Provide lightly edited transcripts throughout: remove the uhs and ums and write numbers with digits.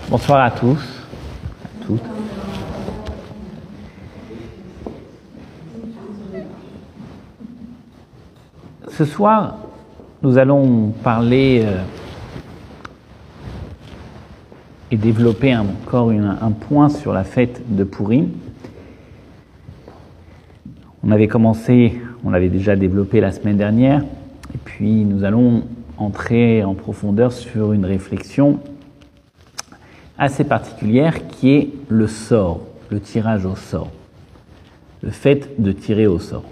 Bonsoir à tous, à toutes. Ce soir, nous allons parler et développer encore un point sur la fête de Pourim. On avait commencé, on l'avait déjà développé la semaine dernière, et puis nous allons entrer en profondeur sur une réflexion assez particulière qui est le sort, le tirage au sort, le fait de tirer au sort.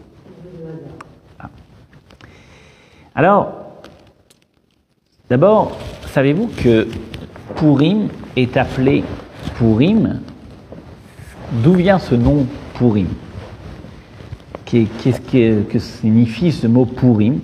Alors, d'abord, savez-vous que Pourim est appelé Pourim? D'où vient ce nom Pourim? Qu'est-ce que signifie ce mot Pourim?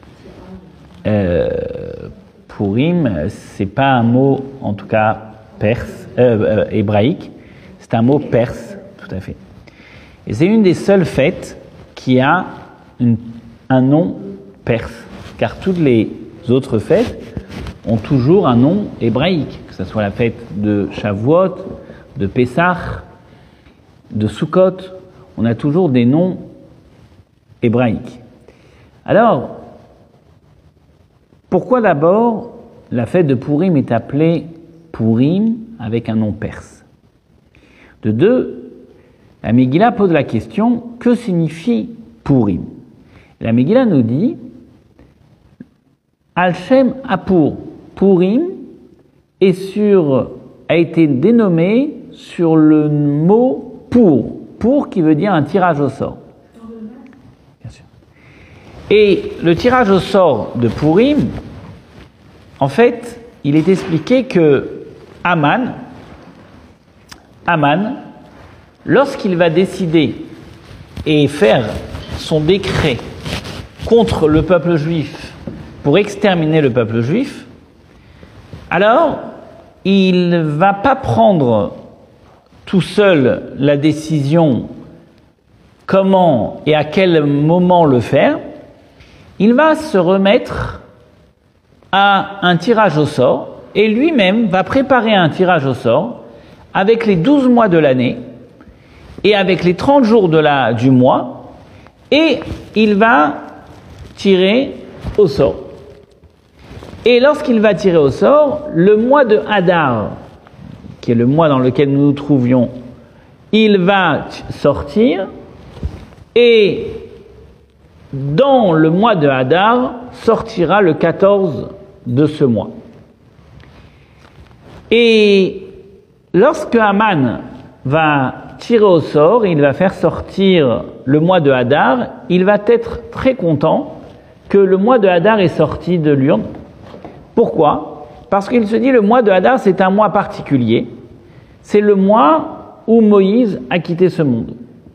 Pourim, c'est pas un mot, en tout cas, hébraïque, c'est un mot perse, tout à fait. Et c'est une des seules fêtes qui a un nom perse, car toutes les autres fêtes ont toujours un nom hébraïque, que ce soit la fête de Shavuot, de Pessah, de Sukkot, on a toujours des noms hébraïques. Alors, pourquoi d'abord la fête de Pourim est appelée Pourim avec un nom perse? De deux, la Megillah pose la question, que signifie Pourim? La Megillah nous dit Al-Shem Apur, Pourim a été dénommé sur le mot pour qui veut dire un tirage au sort. Bien sûr. Et le tirage au sort de Pourim, en fait, il est expliqué que Aman, lorsqu'il va décider et faire son décret contre le peuple juif pour exterminer le peuple juif, alors il ne va pas prendre tout seul la décision comment et à quel moment le faire, il va se remettre à un tirage au sort et lui-même va préparer un tirage au sort avec les 12 mois de l'année et avec les 30 jours du mois, et il va tirer au sort. Et lorsqu'il va tirer au sort, le mois de Hadar, qui est le mois dans lequel nous nous trouvions, il va sortir, et dans le mois de Hadar sortira le 14 de ce mois. Et lorsque Aman va tirer au sort, il va faire sortir le mois de Hadar, il va être très content que le mois de Hadar est sorti de l'urne. Pourquoi? Parce qu'il se dit le mois de Hadar, c'est un mois particulier. C'est le mois où Moïse a quitté ce monde.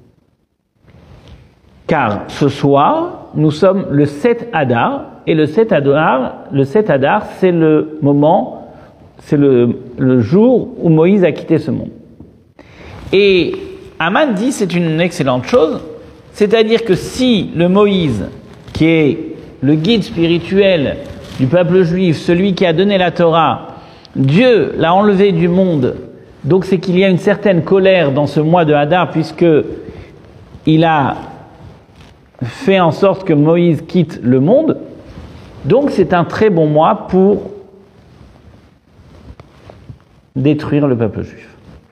Car ce soir, nous sommes le 7 Hadar, et le 7 Hadar, c'est le moment, c'est le jour où Moïse a quitté ce monde. Et Aman dit c'est une excellente chose, c'est-à-dire que si le Moïse, qui est le guide spirituel du peuple juif, celui qui a donné la Torah, Dieu l'a enlevé du monde, donc c'est qu'il y a une certaine colère dans ce mois de Hadar, puisque il a fait en sorte que Moïse quitte le monde, donc c'est un très bon mois pour détruire le peuple juif.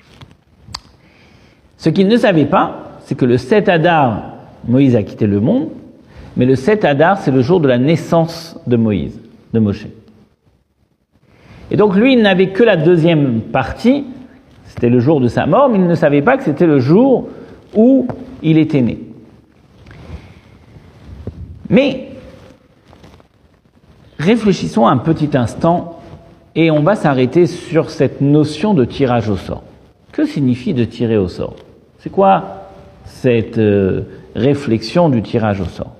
Ce qu'il ne savait pas, c'est que le 7 Hadar, Moïse a quitté le monde, mais le 7 Hadar, c'est le jour de la naissance de Moïse, de Moshe. Et donc lui, il n'avait que la deuxième partie, c'était le jour de sa mort, mais il ne savait pas que c'était le jour où il était né. Mais réfléchissons un petit instant et on va s'arrêter sur cette notion de tirage au sort. Que signifie de tirer au sort? C'est quoi cette réflexion du tirage au sort?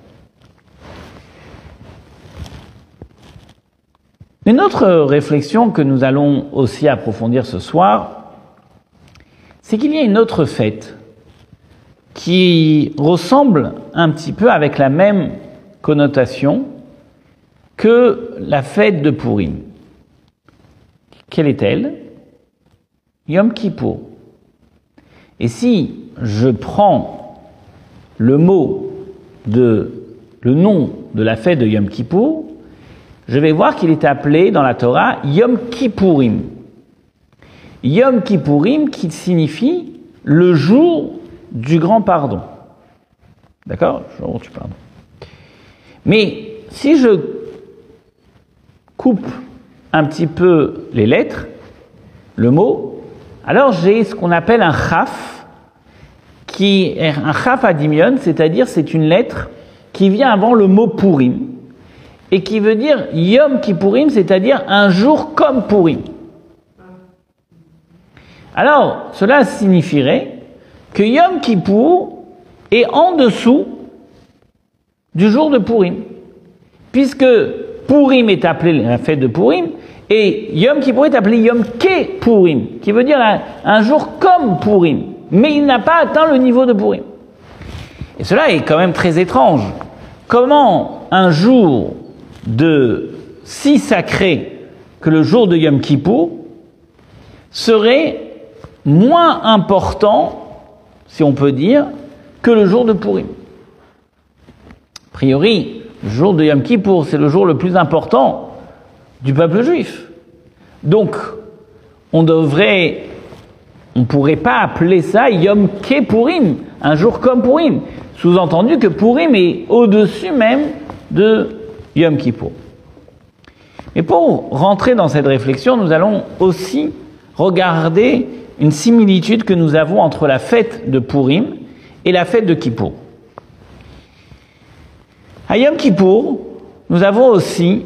Une autre réflexion que nous allons aussi approfondir ce soir, c'est qu'il y a une autre fête qui ressemble un petit peu avec la même connotation que la fête de Pourim. Quelle est-elle? Yom Kippour. Et si je prends le nom de la fête de Yom Kippour, je vais voir qu'il est appelé dans la Torah Yom Kippourim. Yom Kippourim qui signifie le jour du grand pardon. D'accord? Le jour du pardon. Mais si je coupe un petit peu les lettres, le mot, alors j'ai ce qu'on appelle un chaf, qui est un chaf adimion, c'est-à-dire c'est une lettre qui vient avant le mot Purim, et qui veut dire Yom Kippourim, c'est-à-dire un jour comme Purim. Alors, cela signifierait que Yom Kippour est en dessous du jour de Purim, puisque Purim est appelé la fête de Purim, et Yom Kippour est appelé Yom Ke-Purim, qui veut dire un jour comme Purim, mais il n'a pas atteint le niveau de Purim. Et cela est quand même très étrange. Comment un jour si sacré que le jour de Yom Kippour serait moins important, si on peut dire, que le jour de Purim? A priori, le jour de Yom Kippour, c'est le jour le plus important du peuple juif. Donc, on pourrait pas appeler ça Yom Ke-Purim, un jour comme Purim. Sous-entendu que Purim est au-dessus même de Yom Kippour. Et pour rentrer dans cette réflexion, nous allons aussi regarder une similitude que nous avons entre la fête de Purim et la fête de Kippour. À Yom Kippour, nous avons aussi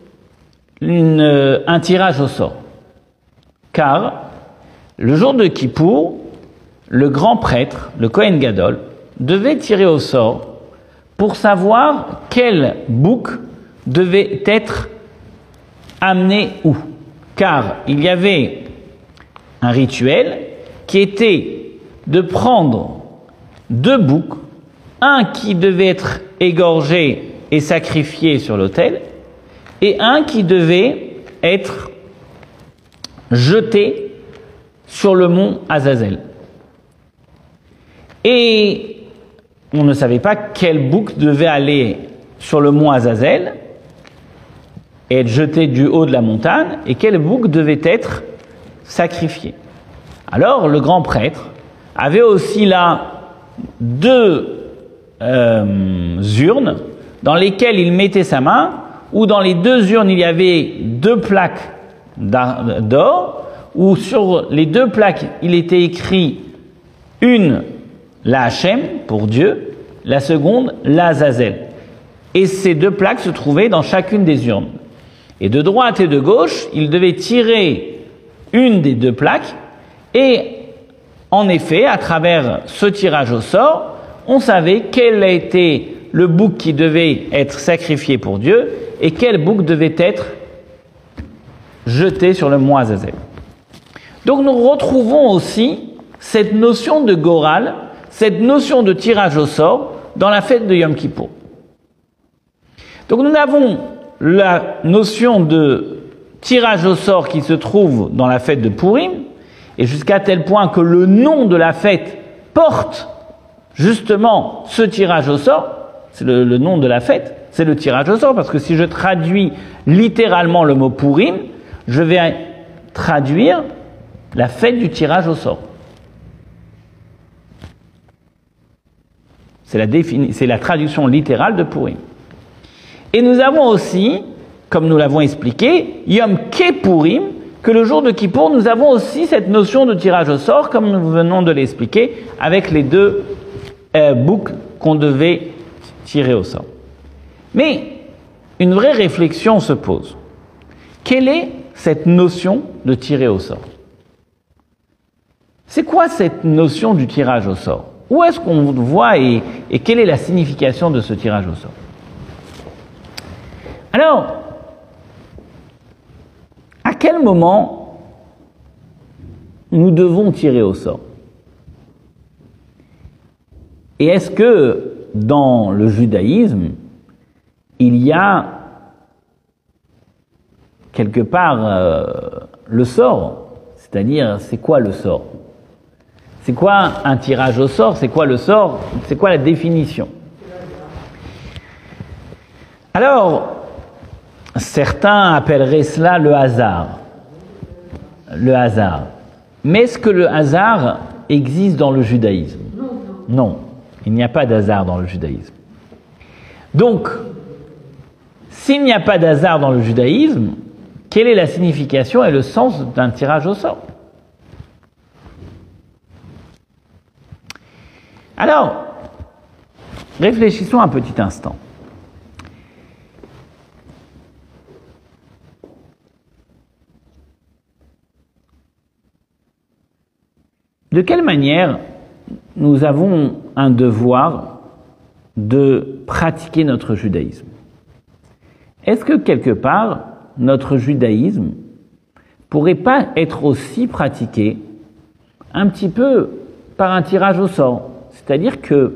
un tirage au sort. Car le jour de Kippour, le grand prêtre, le Kohen Gadol, devait tirer au sort pour savoir quel bouc devait être amené où. Car il y avait un rituel qui était de prendre 2 boucs, un qui devait être égorgé et sacrifié sur l'autel, et un qui devait être jeté sur le mont Azazel. Et on ne savait pas quel bouc devait aller sur le mont Azazel et être jeté du haut de la montagne, et quel bouc devait être sacrifié. Alors le grand prêtre avait aussi là 2 urnes dans lesquelles il mettait sa main, où dans les 2 urnes il y avait 2 plaques d'or, où sur les 2 plaques il était écrit une la Hachem pour Dieu, la seconde la Azazel. Et ces 2 plaques se trouvaient dans chacune des urnes. Et de droite et de gauche, il devait tirer une des 2 plaques, et en effet, à travers ce tirage au sort, on savait quel était le bouc qui devait être sacrifié pour Dieu et quel bouc devait être jeté sur le mont Azazel. Donc nous retrouvons aussi cette notion de Goral, cette notion de tirage au sort dans la fête de Yom Kippour. Donc nous avons la notion de tirage au sort qui se trouve dans la fête de Purim, et jusqu'à tel point que le nom de la fête porte justement ce tirage au sort. C'est le nom de la fête, c'est le tirage au sort, parce que si je traduis littéralement le mot Purim, je vais traduire la fête du tirage au sort. C'est la traduction littérale de Purim. Et nous avons aussi, comme nous l'avons expliqué, Yom Ke-Purim, que le jour de Kippour, nous avons aussi cette notion de tirage au sort, comme nous venons de l'expliquer, avec les 2 boucs qu'on devait tirer au sort. Mais une vraie réflexion se pose. Quelle est cette notion de tirer au sort? C'est quoi cette notion du tirage au sort? Où est-ce qu'on voit et quelle est la signification de ce tirage au sort? Alors, à quel moment nous devons tirer au sort? Et est-ce que dans le judaïsme, il y a quelque part le sort, C'est-à-dire, c'est quoi le sort? C'est quoi un tirage au sort? C'est quoi le sort? C'est quoi la définition? Alors, certains appelleraient cela le hasard. Le hasard. Mais est-ce que le hasard existe dans le judaïsme? Non, il n'y a pas d'hasard dans le judaïsme. Donc, s'il n'y a pas d'hasard dans le judaïsme, quelle est la signification et le sens d'un tirage au sort? Alors, réfléchissons un petit instant. De quelle manière nous avons un devoir de pratiquer notre judaïsme? Est-ce que quelque part, notre judaïsme pourrait pas être aussi pratiqué un petit peu par un tirage au sort? C'est-à-dire que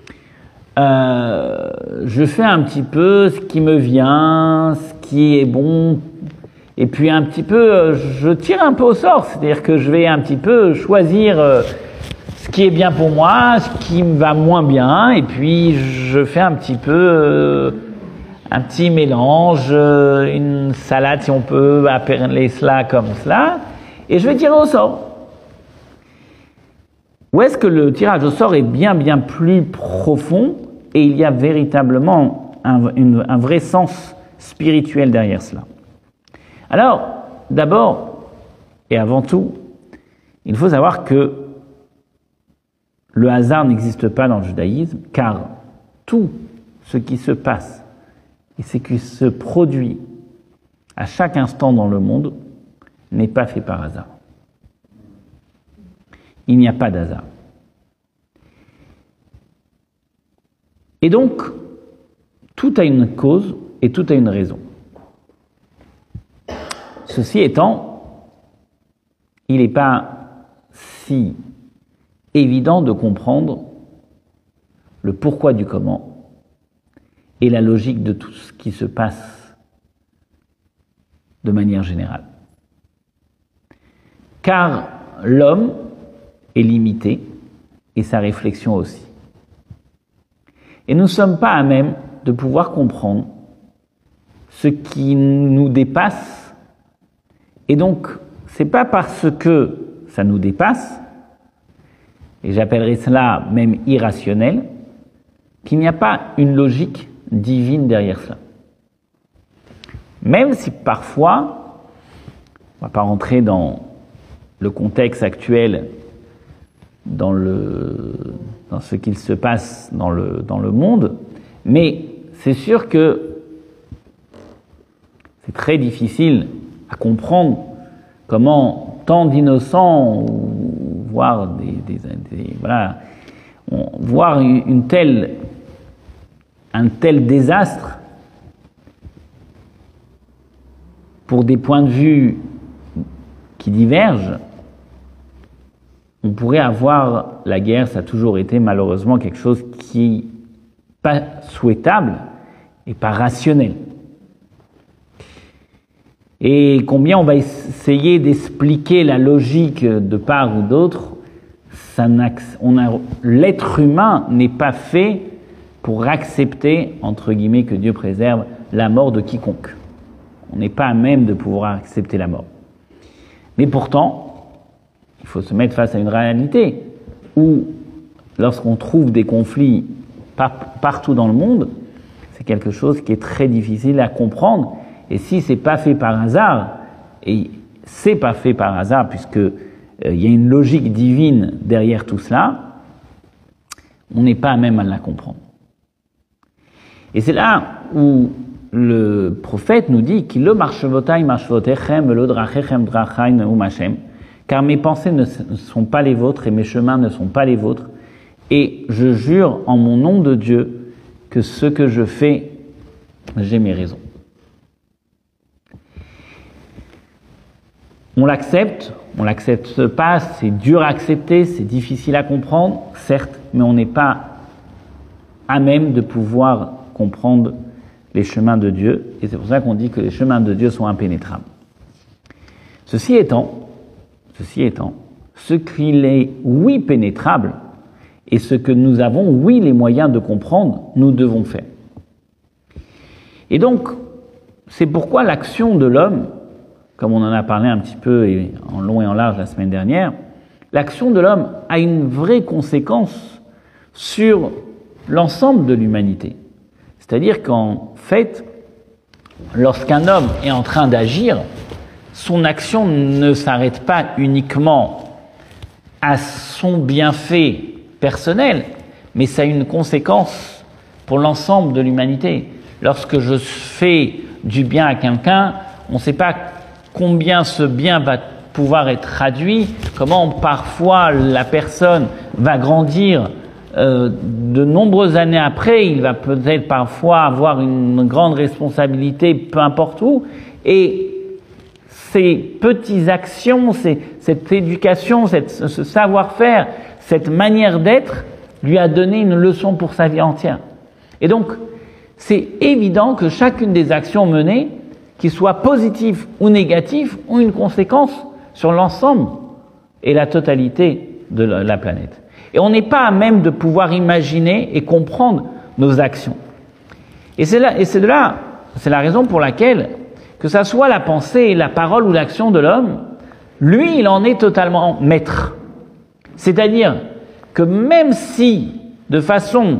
je fais un petit peu ce qui me vient, ce qui est bon, et puis un petit peu, je tire un peu au sort, c'est-à-dire que je vais un petit peu choisir ce qui est bien pour moi, ce qui me va moins bien, et puis je fais un petit peu un petit mélange, une salade si on peut appeler cela comme cela, et je vais tirer au sort. Ou est-ce que le tirage au sort est bien plus profond et il y a véritablement un vrai sens spirituel derrière cela? Alors, d'abord et avant tout, il faut savoir que le hasard n'existe pas dans le judaïsme, car tout ce qui se passe et ce qui se produit à chaque instant dans le monde n'est pas fait par hasard. Il n'y a pas d'hasard. Et donc, tout a une cause et tout a une raison. Ceci étant, il n'est pas si évident de comprendre le pourquoi du comment et la logique de tout ce qui se passe de manière générale. Car l'homme est limité et sa réflexion aussi. Et nous ne sommes pas à même de pouvoir comprendre ce qui nous dépasse. Et donc, c'est pas parce que ça nous dépasse, et j'appellerais cela même irrationnel, qu'il n'y a pas une logique divine derrière cela. Même si parfois, on ne va pas rentrer dans le contexte actuel, dans ce qu'il se passe dans le monde, mais c'est sûr que c'est très difficile à comprendre comment tant d'innocents, voire voir un tel désastre pour des points de vue qui divergent. On pourrait avoir la guerre, ça a toujours été malheureusement quelque chose qui n'est pas souhaitable et pas rationnel. Et combien on va essayer d'expliquer la logique de part ou d'autre, l'être humain n'est pas fait pour accepter, entre guillemets, que Dieu préserve la mort de quiconque. On n'est pas à même de pouvoir accepter la mort. Mais pourtant, il faut se mettre face à une réalité où, lorsqu'on trouve des conflits partout dans le monde, c'est quelque chose qui est très difficile à comprendre. Et si c'est pas fait par hasard, et c'est pas fait par hasard puisque il y a une logique divine derrière tout cela, on n'est pas à même à la comprendre. Et c'est là où le prophète nous dit qu'il le marchevotai marchevotechem velo drachechem drachai neum Hashem, car mes pensées ne sont pas les vôtres et mes chemins ne sont pas les vôtres, et je jure en mon nom de Dieu que ce que je fais, j'ai mes raisons. On l'accepte pas, c'est dur à accepter, c'est difficile à comprendre, certes, mais on n'est pas à même de pouvoir comprendre les chemins de Dieu, et c'est pour ça qu'on dit que les chemins de Dieu sont impénétrables. Ceci étant, ceci étant, ce qu'il est, oui, pénétrable, et ce que nous avons, oui, les moyens de comprendre, nous devons faire. Et donc, c'est pourquoi l'action de l'homme, comme on en a parlé un petit peu en long et en large la semaine dernière, l'action de l'homme a une vraie conséquence sur l'ensemble de l'humanité. C'est-à-dire qu'en fait, lorsqu'un homme est en train d'agir, son action ne s'arrête pas uniquement à son bienfait personnel, mais ça a une conséquence pour l'ensemble de l'humanité. Lorsque je fais du bien à quelqu'un, on ne sait pas combien ce bien va pouvoir être traduit, comment parfois la personne va grandir de nombreuses années après, il va peut-être parfois avoir une grande responsabilité, peu importe où, et ces petites actions, cette éducation, ce savoir-faire, cette manière d'être, lui a donné une leçon pour sa vie entière. Et donc, c'est évident que chacune des actions menées, qu'ils soient positives ou négatives, ont une conséquence sur l'ensemble et la totalité de la planète. Et on n'est pas à même de pouvoir imaginer et comprendre nos actions. Et c'est la raison pour laquelle, que ça soit la pensée, la parole ou l'action de l'homme, lui, il en est totalement maître. C'est-à-dire que même si, de façon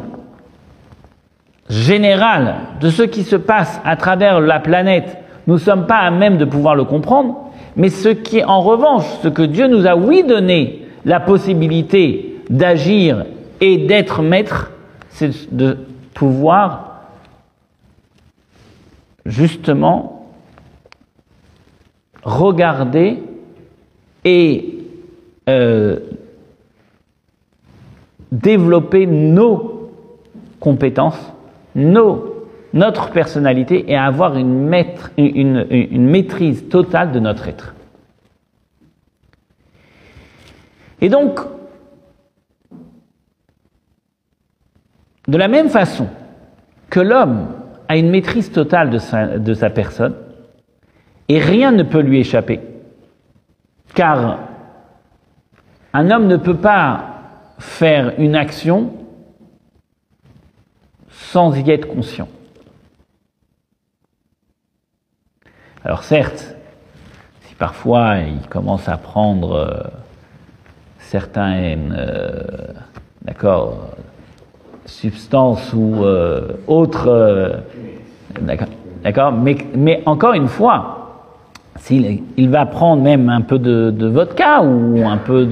générale, de ce qui se passe à travers la planète, nous ne sommes pas à même de pouvoir le comprendre, mais ce qui est en revanche, ce que Dieu nous a, oui, donné la possibilité d'agir et d'être maître, c'est de pouvoir justement regarder et développer nos compétences, notre personnalité et avoir une maîtrise totale de notre être. Et donc, de la même façon que l'homme a une maîtrise totale de sa personne, et rien ne peut lui échapper, car un homme ne peut pas faire une action sans y être conscient. Alors certes, si parfois il commence à prendre certaines substances ou autres, d'accord, mais encore une fois, il va prendre même un peu de vodka ou un peu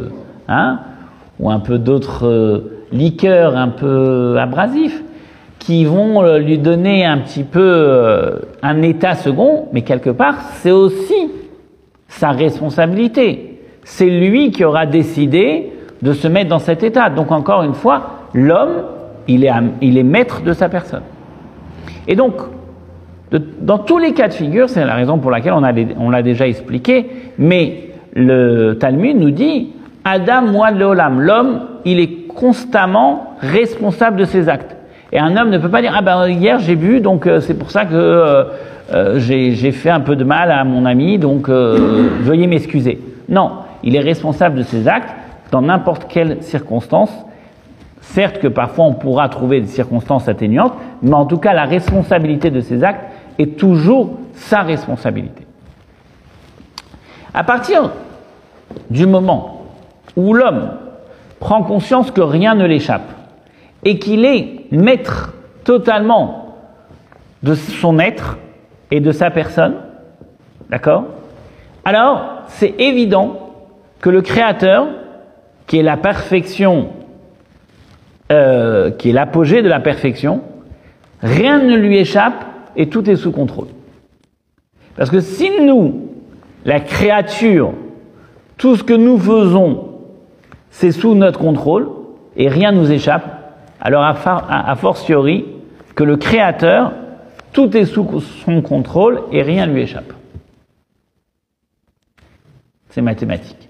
d'autres liqueurs un peu abrasifs qui vont lui donner un petit peu un état second, mais quelque part, c'est aussi sa responsabilité. C'est lui qui aura décidé de se mettre dans cet état. Donc encore une fois, l'homme, il est maître de sa personne. Et donc, dans tous les cas de figure, c'est la raison pour laquelle on l'a déjà expliqué, mais le Talmud nous dit « Adam moad leolam ». L'homme, il est constamment responsable de ses actes. Et un homme ne peut pas dire « Ah ben hier j'ai bu, donc c'est pour ça que j'ai fait un peu de mal à mon ami, donc veuillez m'excuser ». Non, il est responsable de ses actes dans n'importe quelle circonstance. Certes que parfois on pourra trouver des circonstances atténuantes, mais en tout cas la responsabilité de ses actes est toujours sa responsabilité. À partir du moment où l'homme prend conscience que rien ne l'échappe et qu'il est maître totalement de son être et de sa personne, d'accord ? Alors, c'est évident que le Créateur, qui est la perfection, qui est l'apogée de la perfection, rien ne lui échappe et tout est sous contrôle. Parce que si nous, la créature, tout ce que nous faisons, c'est sous notre contrôle et rien ne nous échappe, alors a fortiori que le Créateur, tout est sous son contrôle et rien ne lui échappe. C'est mathématique.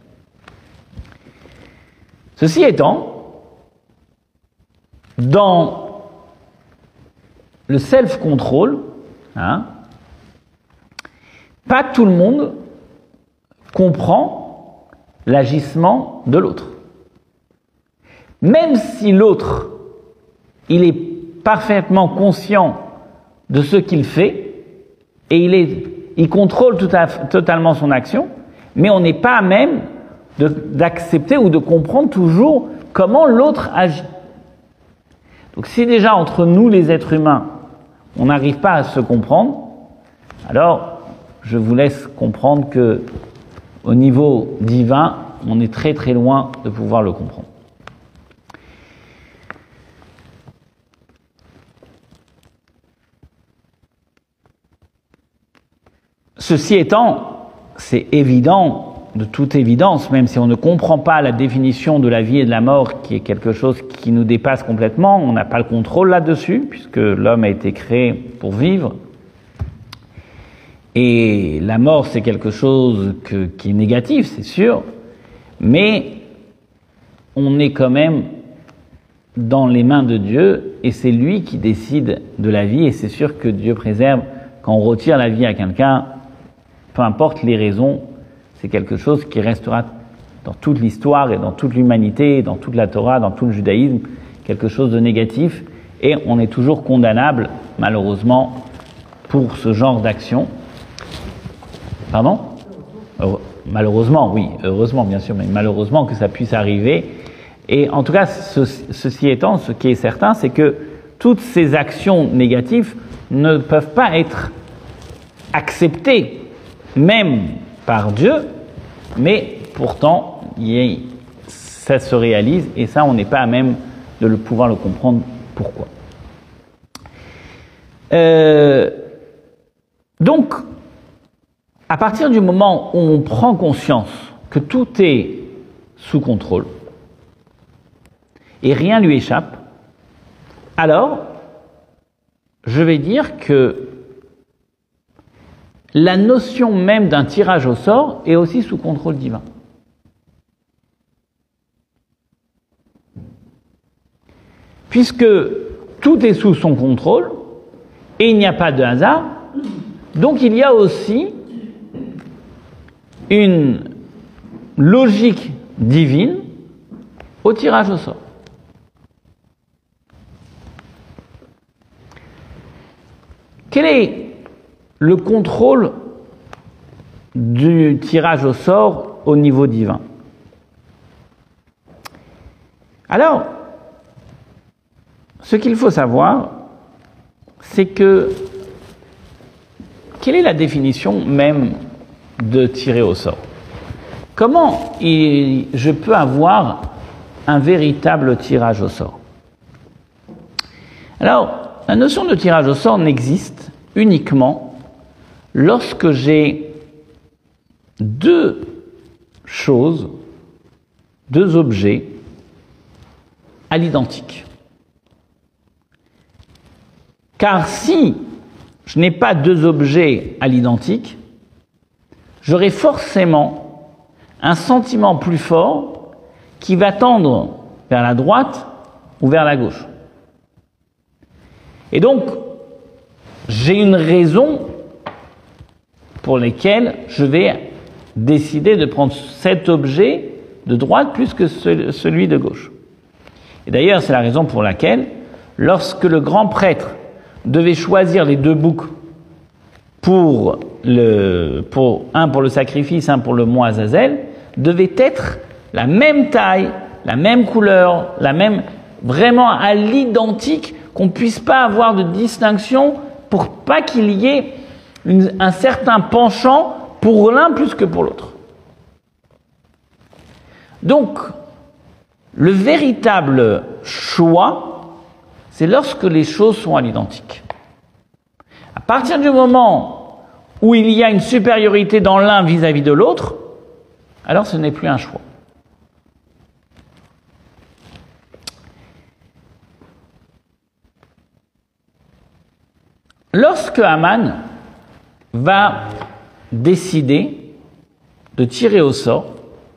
Ceci étant, dans le self-control, pas tout le monde comprend l'agissement de l'autre. Même si l'autre, il est parfaitement conscient de ce qu'il fait, et il contrôle totalement son action, mais on n'est pas à même d'accepter ou de comprendre toujours comment l'autre agit. Donc si déjà entre nous les êtres humains, on n'arrive pas à se comprendre, alors je vous laisse comprendre que au niveau divin, on est très très loin de pouvoir le comprendre. Ceci étant, c'est évident, de toute évidence, même si on ne comprend pas la définition de la vie et de la mort, qui est quelque chose qui nous dépasse complètement, on n'a pas le contrôle là-dessus, puisque l'homme a été créé pour vivre. Et la mort, c'est quelque chose qui est négatif, c'est sûr, mais on est quand même dans les mains de Dieu, et c'est lui qui décide de la vie, et c'est sûr que Dieu préserve. Quand on retire la vie à quelqu'un, peu importe les raisons, c'est quelque chose qui restera dans toute l'histoire et dans toute l'humanité, dans toute la Torah, dans tout le judaïsme, quelque chose de négatif, et on est toujours condamnable, malheureusement, pour ce genre d'action. Pardon ? Malheureusement, oui, heureusement bien sûr, mais malheureusement que ça puisse arriver. Et en tout cas, ceci étant, ce qui est certain, c'est que toutes ces actions négatives ne peuvent pas être acceptées, même par Dieu, mais pourtant, ça se réalise, et ça, on n'est pas à même de pouvoir le comprendre pourquoi. Donc, à partir du moment où on prend conscience que tout est sous contrôle, et rien lui échappe, alors, je vais dire que la notion même d'un tirage au sort est aussi sous contrôle divin. Puisque tout est sous son contrôle, et il n'y a pas de hasard, donc il y a aussi une logique divine au tirage au sort. Quel est le contrôle du tirage au sort au niveau divin? Alors, ce qu'il faut savoir, c'est que quelle est la définition même de tirer au sort? Comment je peux avoir un véritable tirage au sort? Alors, la notion de tirage au sort n'existe uniquement lorsque j'ai deux choses, deux objets à l'identique. Car si je n'ai pas deux objets à l'identique, j'aurai forcément un sentiment plus fort qui va tendre vers la droite ou vers la gauche. Et donc, j'ai une raison pour laquelle je vais décider de prendre cet objet de droite plus que celui de gauche. Et d'ailleurs, c'est la raison pour laquelle, lorsque le grand prêtre devait choisir les deux boucs un pour le sacrifice, un pour le mont Azazel, devait être la même taille, la même couleur, vraiment à l'identique, qu'on ne puisse pas avoir de distinction pour pas qu'il y ait un certain penchant pour l'un plus que pour l'autre. Donc, le véritable choix, c'est lorsque les choses sont à l'identique. À partir du moment où il y a une supériorité dans l'un vis-à-vis de l'autre, alors ce n'est plus un choix. Lorsque Haman va décider de tirer au sort,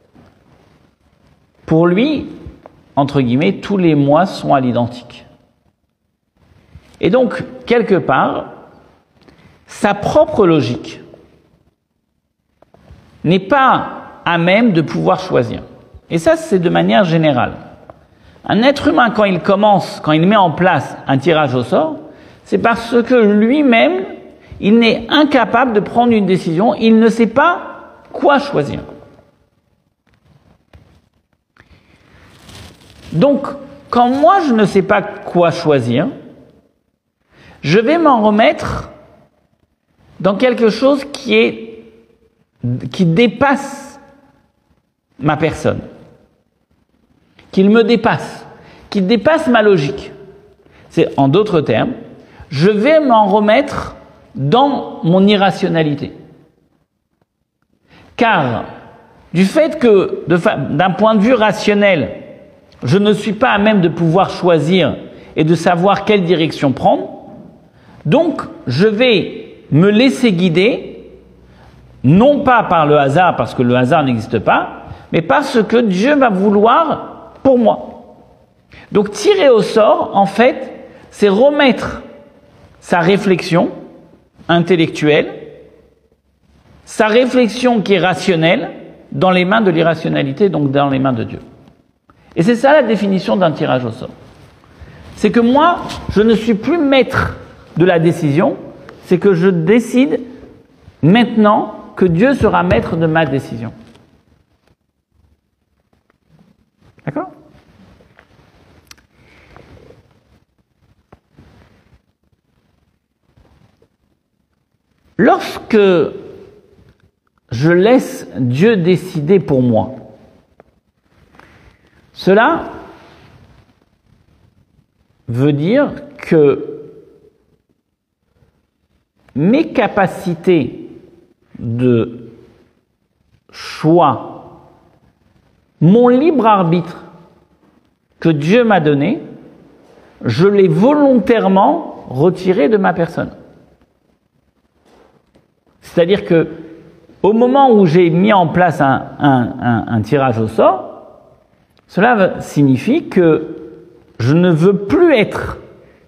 pour lui, entre guillemets, tous les mois sont à l'identique. Et donc, quelque part, sa propre logique n'est pas à même de pouvoir choisir. Et ça, c'est de manière générale. Un être humain, quand il met en place un tirage au sort, c'est parce que lui-même, il n'est incapable de prendre une décision, il ne sait pas quoi choisir. Donc, quand moi je ne sais pas quoi choisir, je vais m'en remettre dans quelque chose qui dépasse ma personne, qu'il me dépasse, qui dépasse ma logique. C'est, en d'autres termes, je vais m'en remettre dans mon irrationalité. Car, du fait que, d'un point de vue rationnel, je ne suis pas à même de pouvoir choisir et de savoir quelle direction prendre, donc je vais me laisser guider, non pas par le hasard, parce que le hasard n'existe pas, mais parce que Dieu va vouloir pour moi. Donc tirer au sort, en fait, c'est remettre sa réflexion intellectuelle, sa réflexion qui est rationnelle, dans les mains de l'irrationalité, donc dans les mains de Dieu. Et c'est ça la définition d'un tirage au sort. C'est que moi, je ne suis plus maître de la décision, c'est que je décide maintenant que Dieu sera maître de ma décision. D'accord ? Lorsque je laisse Dieu décider pour moi, cela veut dire que mes capacités de choix, mon libre arbitre que Dieu m'a donné, je l'ai volontairement retiré de ma personne. C'est-à-dire que au moment où j'ai mis en place un tirage au sort, cela signifie que je ne veux plus être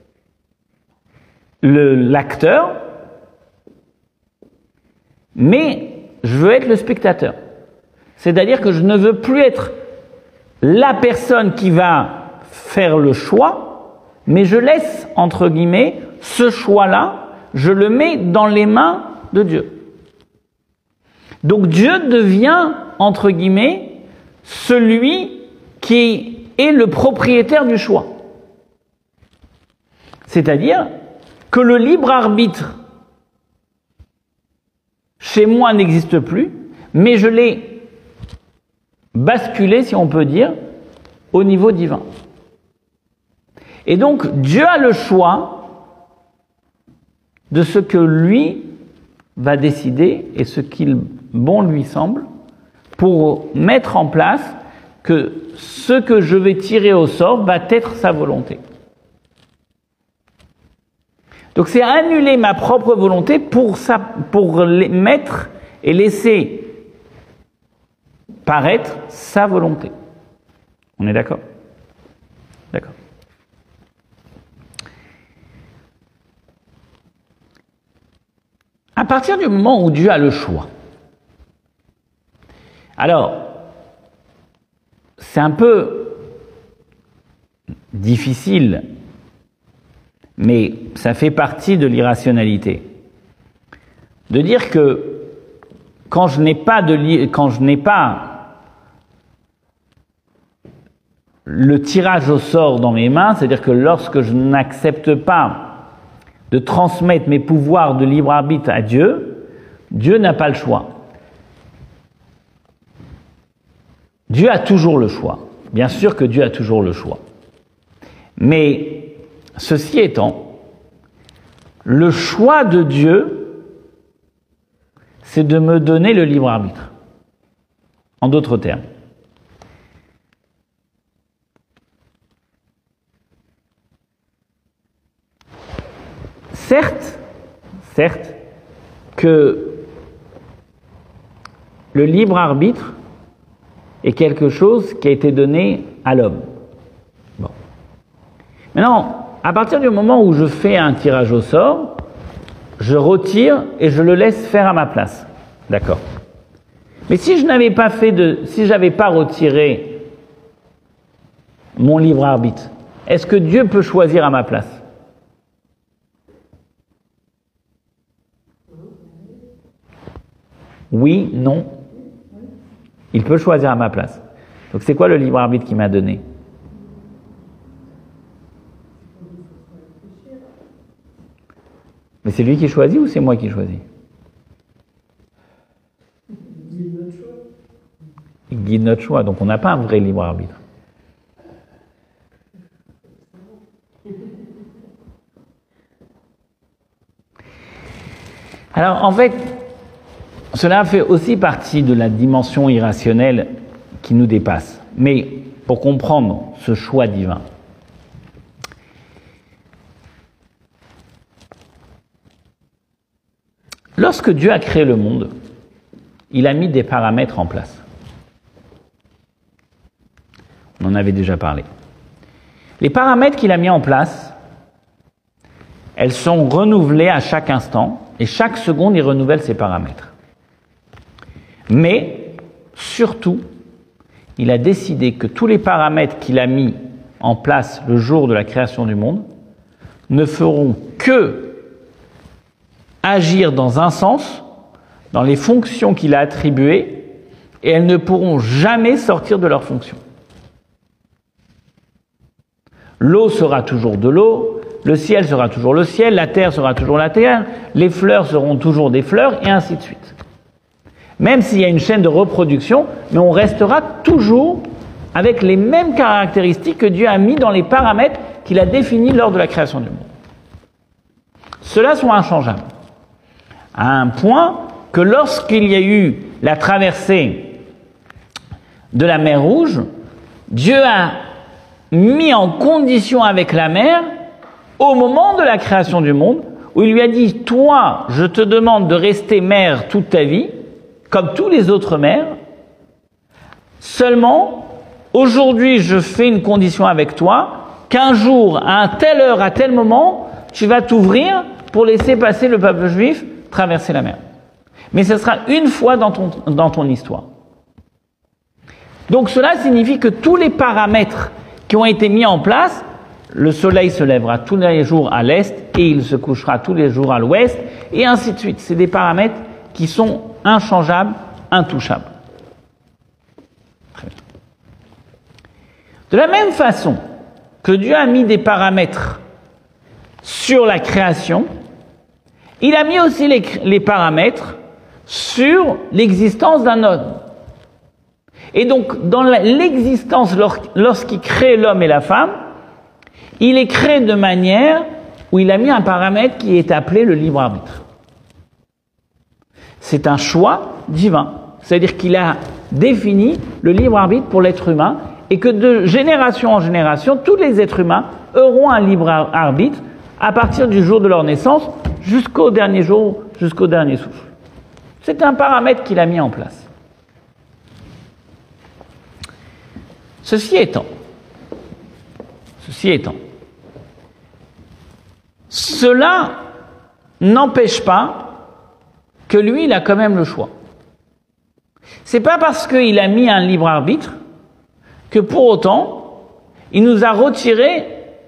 l'acteur, mais je veux être le spectateur. C'est-à-dire que je ne veux plus être la personne qui va faire le choix, mais je laisse, entre guillemets, ce choix-là, je le mets dans les mains de Dieu. Donc Dieu devient, entre guillemets, celui qui est le propriétaire du choix. C'est-à-dire que le libre arbitre chez moi n'existe plus, mais je l'ai basculé, si on peut dire, au niveau divin. Et donc Dieu a le choix de ce que lui va décider et ce qu'il bon lui semble pour mettre en place que ce que je vais tirer au sort va être sa volonté. Donc c'est annuler ma propre volonté pour mettre et laisser paraître sa volonté. On est d'accord ? D'accord. À partir du moment où Dieu a le choix, alors, c'est un peu difficile, mais ça fait partie de l'irrationalité, de dire que quand je n'ai pas le tirage au sort dans mes mains, c'est-à-dire que lorsque je n'accepte pas de transmettre mes pouvoirs de libre arbitre à Dieu, Dieu n'a pas le choix. Dieu a toujours le choix. Bien sûr que Dieu a toujours le choix. Mais, ceci étant, le choix de Dieu, c'est de me donner le libre arbitre. En d'autres termes. Certes, que le libre arbitre est quelque chose qui a été donné à l'homme. Bon. Maintenant, à partir du moment où je fais un tirage au sort, je retire et je le laisse faire à ma place. D'accord. Mais si je n'avais pas si j'avais pas retiré mon libre arbitre, est-ce que Dieu peut choisir à ma place? Oui, non. Il peut choisir à ma place. Donc c'est quoi le libre arbitre qu'il m'a donné? Mais c'est lui qui choisit ou c'est moi qui choisis? Il guide notre choix, donc on n'a pas un vrai libre arbitre. Alors en fait, cela fait aussi partie de la dimension irrationnelle qui nous dépasse. Mais pour comprendre ce choix divin, lorsque Dieu a créé le monde, il a mis des paramètres en place. On en avait déjà parlé. Les paramètres qu'il a mis en place, elles sont renouvelées à chaque instant, et chaque seconde, il renouvelle ces paramètres. Mais, surtout, il a décidé que tous les paramètres qu'il a mis en place le jour de la création du monde ne feront que agir dans un sens, dans les fonctions qu'il a attribuées, et elles ne pourront jamais sortir de leurs fonctions. L'eau sera toujours de l'eau, le ciel sera toujours le ciel, la terre sera toujours la terre, les fleurs seront toujours des fleurs, et ainsi de suite. Même s'il y a une chaîne de reproduction, mais on restera toujours avec les mêmes caractéristiques que Dieu a mis dans les paramètres qu'il a définis lors de la création du monde. Ceux-là sont inchangeables. À un point que lorsqu'il y a eu la traversée de la mer Rouge, Dieu a mis en condition avec la mer au moment de la création du monde, où il lui a dit « Toi, je te demande de rester mère toute ta vie, comme tous les autres mères, seulement, aujourd'hui, je fais une condition avec toi, qu'un jour, à telle heure, à tel moment, tu vas t'ouvrir pour laisser passer le peuple juif traverser la mer. Mais ce sera une fois dans ton histoire. » Donc cela signifie que tous les paramètres qui ont été mis en place, le soleil se lèvera tous les jours à l'est et il se couchera tous les jours à l'ouest, et ainsi de suite. C'est des paramètres qui sont inchangeables, intouchables. Très bien. De la même façon que Dieu a mis des paramètres sur la création, il a mis aussi les paramètres sur l'existence d'un homme. Et donc, dans l'existence, lorsqu'il crée l'homme et la femme, il est créé de manière où il a mis un paramètre qui est appelé le libre arbitre. C'est un choix divin. C'est-à-dire qu'il a défini le libre arbitre pour l'être humain et que de génération en génération, tous les êtres humains auront un libre arbitre à partir du jour de leur naissance jusqu'au dernier jour, jusqu'au dernier souffle. C'est un paramètre qu'il a mis en place. Ceci étant, cela n'empêche pas que lui, il a quand même le choix. C'est pas parce qu'il a mis un libre arbitre que pour autant, il nous a retiré,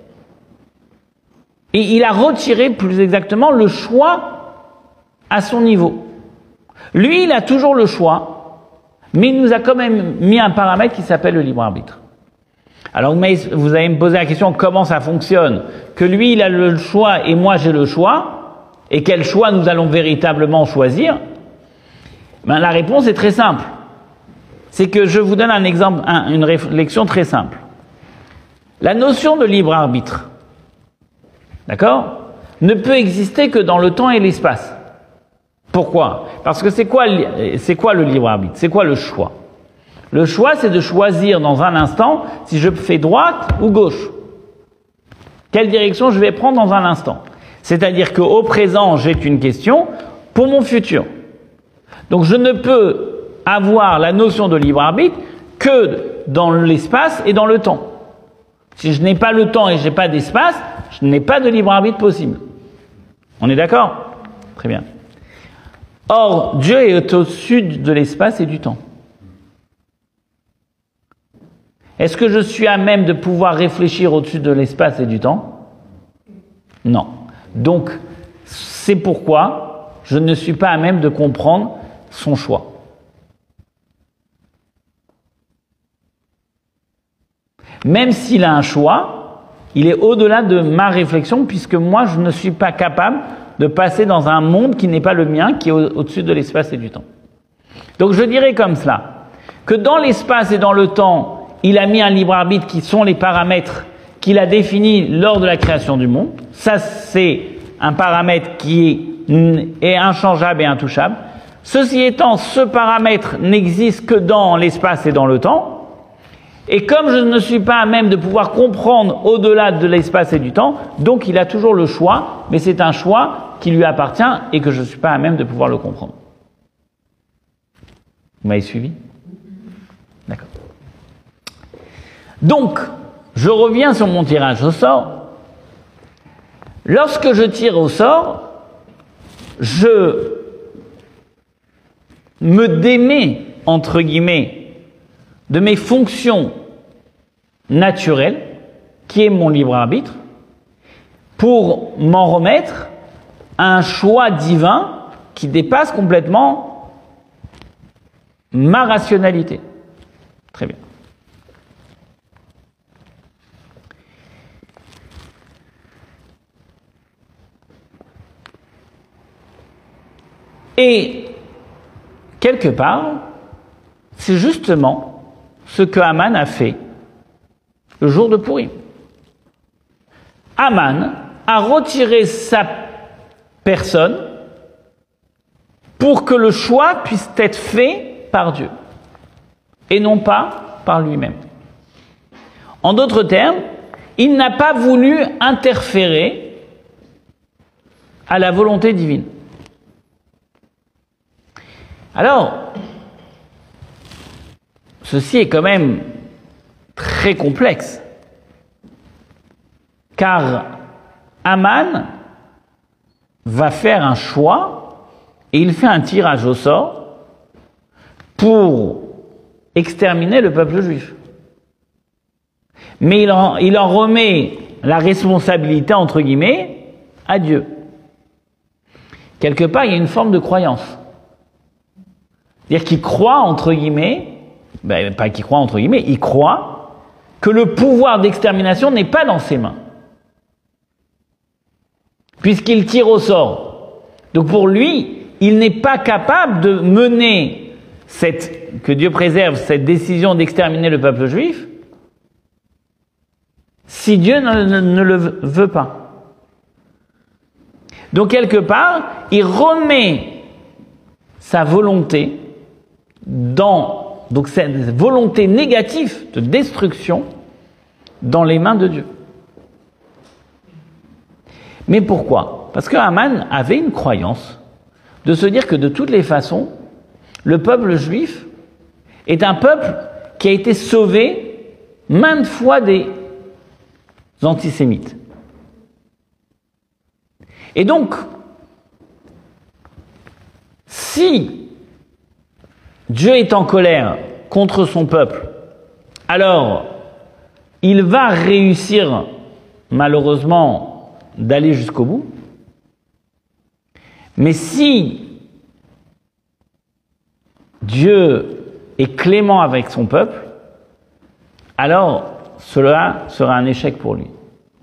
et il a retiré plus exactement le choix à son niveau. Lui, il a toujours le choix, mais il nous a quand même mis un paramètre qui s'appelle le libre arbitre. Alors vous allez me poser la question, comment ça fonctionne? Que lui, il a le choix et moi j'ai le choix, et quel choix nous allons véritablement choisir? Ben, la réponse est très simple. C'est que je vous donne un exemple, une réflexion très simple. La notion de libre arbitre, d'accord, ne peut exister que dans le temps et l'espace. Pourquoi? Parce que c'est quoi le libre arbitre? C'est quoi le choix? Le choix, c'est de choisir dans un instant si je fais droite ou gauche. Quelle direction je vais prendre dans un instant. C'est-à-dire qu'au présent, j'ai une question pour mon futur. Donc je ne peux avoir la notion de libre arbitre que dans l'espace et dans le temps. Si je n'ai pas le temps et je n'ai pas d'espace, je n'ai pas de libre arbitre possible. On est d'accord? Très bien. Or, Dieu est au-dessus de l'espace et du temps. Est-ce que je suis à même de pouvoir réfléchir au-dessus de l'espace et du temps? Non. Donc, c'est pourquoi je ne suis pas à même de comprendre son choix. Même s'il a un choix, il est au-delà de ma réflexion, puisque moi, je ne suis pas capable de passer dans un monde qui n'est pas le mien, qui est au-dessus de l'espace et du temps. Donc je dirais comme cela, que dans l'espace et dans le temps, il a mis un libre arbitre qui sont les paramètres qu'il a définis lors de la création du monde. Ça, c'est un paramètre qui est inchangeable et intouchable. Ceci étant, ce paramètre n'existe que dans l'espace et dans le temps. Et comme je ne suis pas à même de pouvoir comprendre au-delà de l'espace et du temps, donc il a toujours le choix, mais c'est un choix qui lui appartient et que je ne suis pas à même de pouvoir le comprendre. Vous m'avez suivi? D'accord. Donc, je reviens sur mon tirage au sort. Lorsque je tire au sort, je me démets, entre guillemets, de mes fonctions naturelles, qui est mon libre arbitre, pour m'en remettre à un choix divin qui dépasse complètement ma rationalité. Très bien. Et quelque part, c'est justement ce que Haman a fait le jour de Pourim. Haman a retiré sa personne pour que le choix puisse être fait par Dieu et non pas par lui-même. En d'autres termes, il n'a pas voulu interférer à la volonté divine. Alors, ceci est quand même très complexe, car Haman va faire un choix et il fait un tirage au sort pour exterminer le peuple juif. Mais il en remet la responsabilité, entre guillemets, à Dieu. Quelque part, il y a une forme de croyance. C'est-à-dire qu'il croit, entre guillemets, pas qu'il croit entre guillemets, il croit que le pouvoir d'extermination n'est pas dans ses mains. Puisqu'il tire au sort. Donc pour lui, il n'est pas capable de mener que Dieu préserve cette décision d'exterminer le peuple juif si Dieu ne le veut pas. Donc quelque part, il remet sa volonté donc cette volonté négative de destruction dans les mains de Dieu. Mais pourquoi? Parce que Haman avait une croyance de se dire que de toutes les façons, le peuple juif est un peuple qui a été sauvé maintes fois des antisémites. Et donc, si Dieu est en colère contre son peuple, alors il va réussir, malheureusement, d'aller jusqu'au bout. Mais si Dieu est clément avec son peuple, alors cela sera un échec pour lui.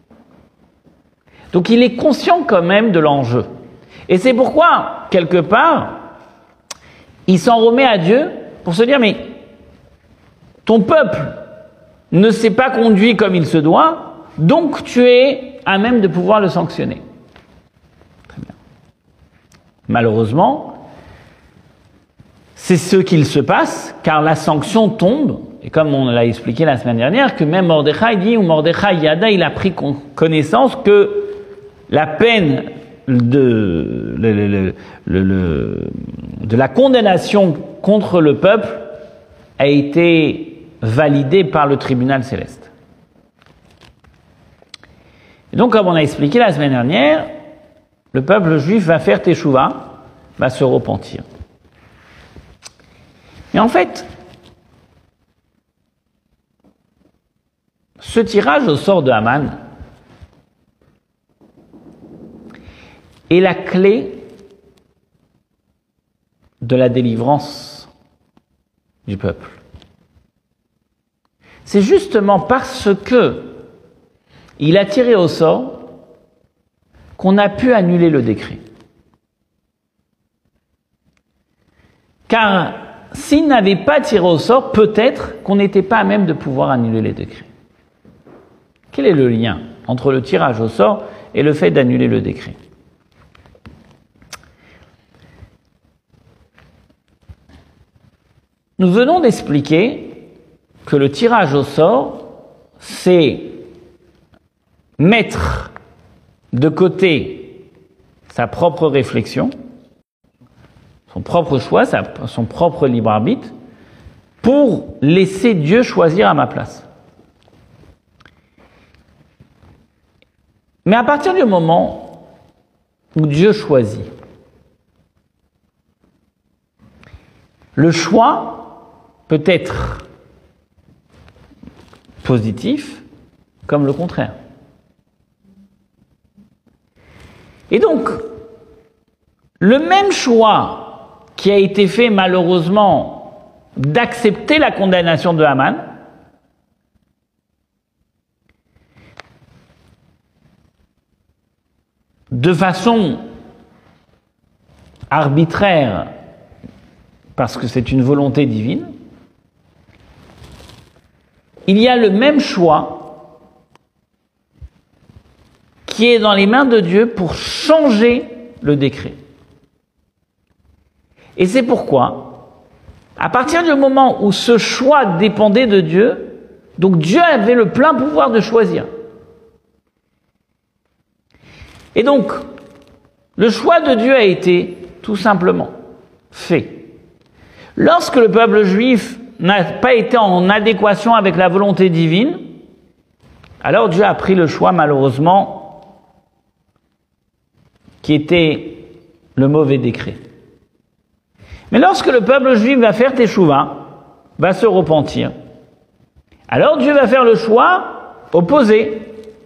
Donc il est conscient quand même de l'enjeu. Et c'est pourquoi, quelque part, il s'en remet à Dieu pour se dire, mais ton peuple ne s'est pas conduit comme il se doit, donc tu es à même de pouvoir le sanctionner. Très bien. Malheureusement, c'est ce qu'il se passe, car la sanction tombe, et comme on l'a expliqué la semaine dernière, que même Mordechai dit, ou Mordechai Yada, il a pris connaissance que la peine de la condamnation contre le peuple a été validée par le tribunal céleste. Et donc, comme on a expliqué la semaine dernière, le peuple juif va faire teshuva, va se repentir. Mais en fait, ce tirage au sort de Haman est la clé de la délivrance du peuple. C'est justement parce que il a tiré au sort qu'on a pu annuler le décret. Car s'il n'avait pas tiré au sort, peut-être qu'on n'était pas à même de pouvoir annuler les décrets. Quel est le lien entre le tirage au sort et le fait d'annuler le décret? Nous venons d'expliquer que le tirage au sort, c'est mettre de côté sa propre réflexion, son propre choix, son propre libre arbitre, pour laisser Dieu choisir à ma place. Mais à partir du moment où Dieu choisit, le choix peut être positif comme le contraire. Et donc, le même choix qui a été fait malheureusement d'accepter la condamnation de Haman, de façon arbitraire, parce que c'est une volonté divine, il y a le même choix qui est dans les mains de Dieu pour changer le décret. Et c'est pourquoi, à partir du moment où ce choix dépendait de Dieu, donc Dieu avait le plein pouvoir de choisir. Et donc, le choix de Dieu a été tout simplement fait. Lorsque le peuple juif n'a pas été en adéquation avec la volonté divine, alors Dieu a pris le choix, malheureusement, qui était le mauvais décret. Mais lorsque le peuple juif va faire teshuva, va se repentir, alors Dieu va faire le choix opposé,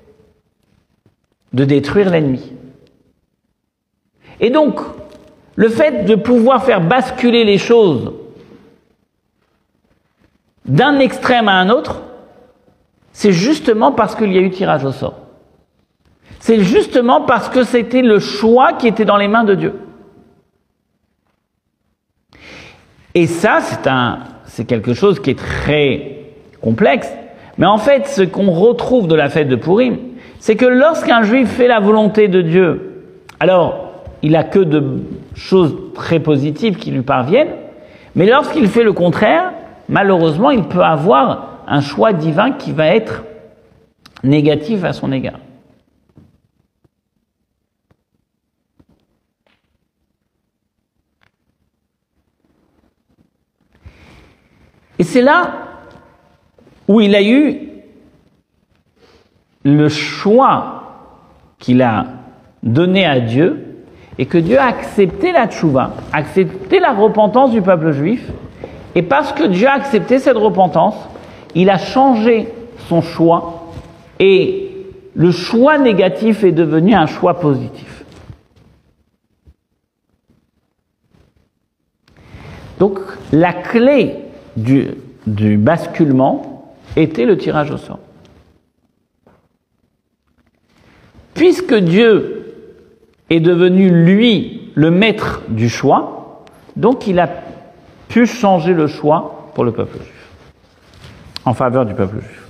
de détruire l'ennemi. Et donc, le fait de pouvoir faire basculer les choses d'un extrême à un autre, c'est justement parce qu'il y a eu tirage au sort. C'est justement parce que c'était le choix qui était dans les mains de Dieu. Et ça, c'est quelque chose qui est très complexe. Mais en fait, ce qu'on retrouve de la fête de Pourim, c'est que lorsqu'un juif fait la volonté de Dieu, alors il n'a que de choses très positives qui lui parviennent, mais lorsqu'il fait le contraire, malheureusement, il peut avoir un choix divin qui va être négatif à son égard. Et c'est là où il a eu le choix qu'il a donné à Dieu et que Dieu a accepté la tchouva, accepté la repentance du peuple juif. Et parce que Dieu a accepté cette repentance, il a changé son choix et le choix négatif est devenu un choix positif. Donc la clé du basculement était le tirage au sort. Puisque Dieu est devenu, lui, le maître du choix, donc il a pu changer le choix pour le peuple juif, en faveur du peuple juif.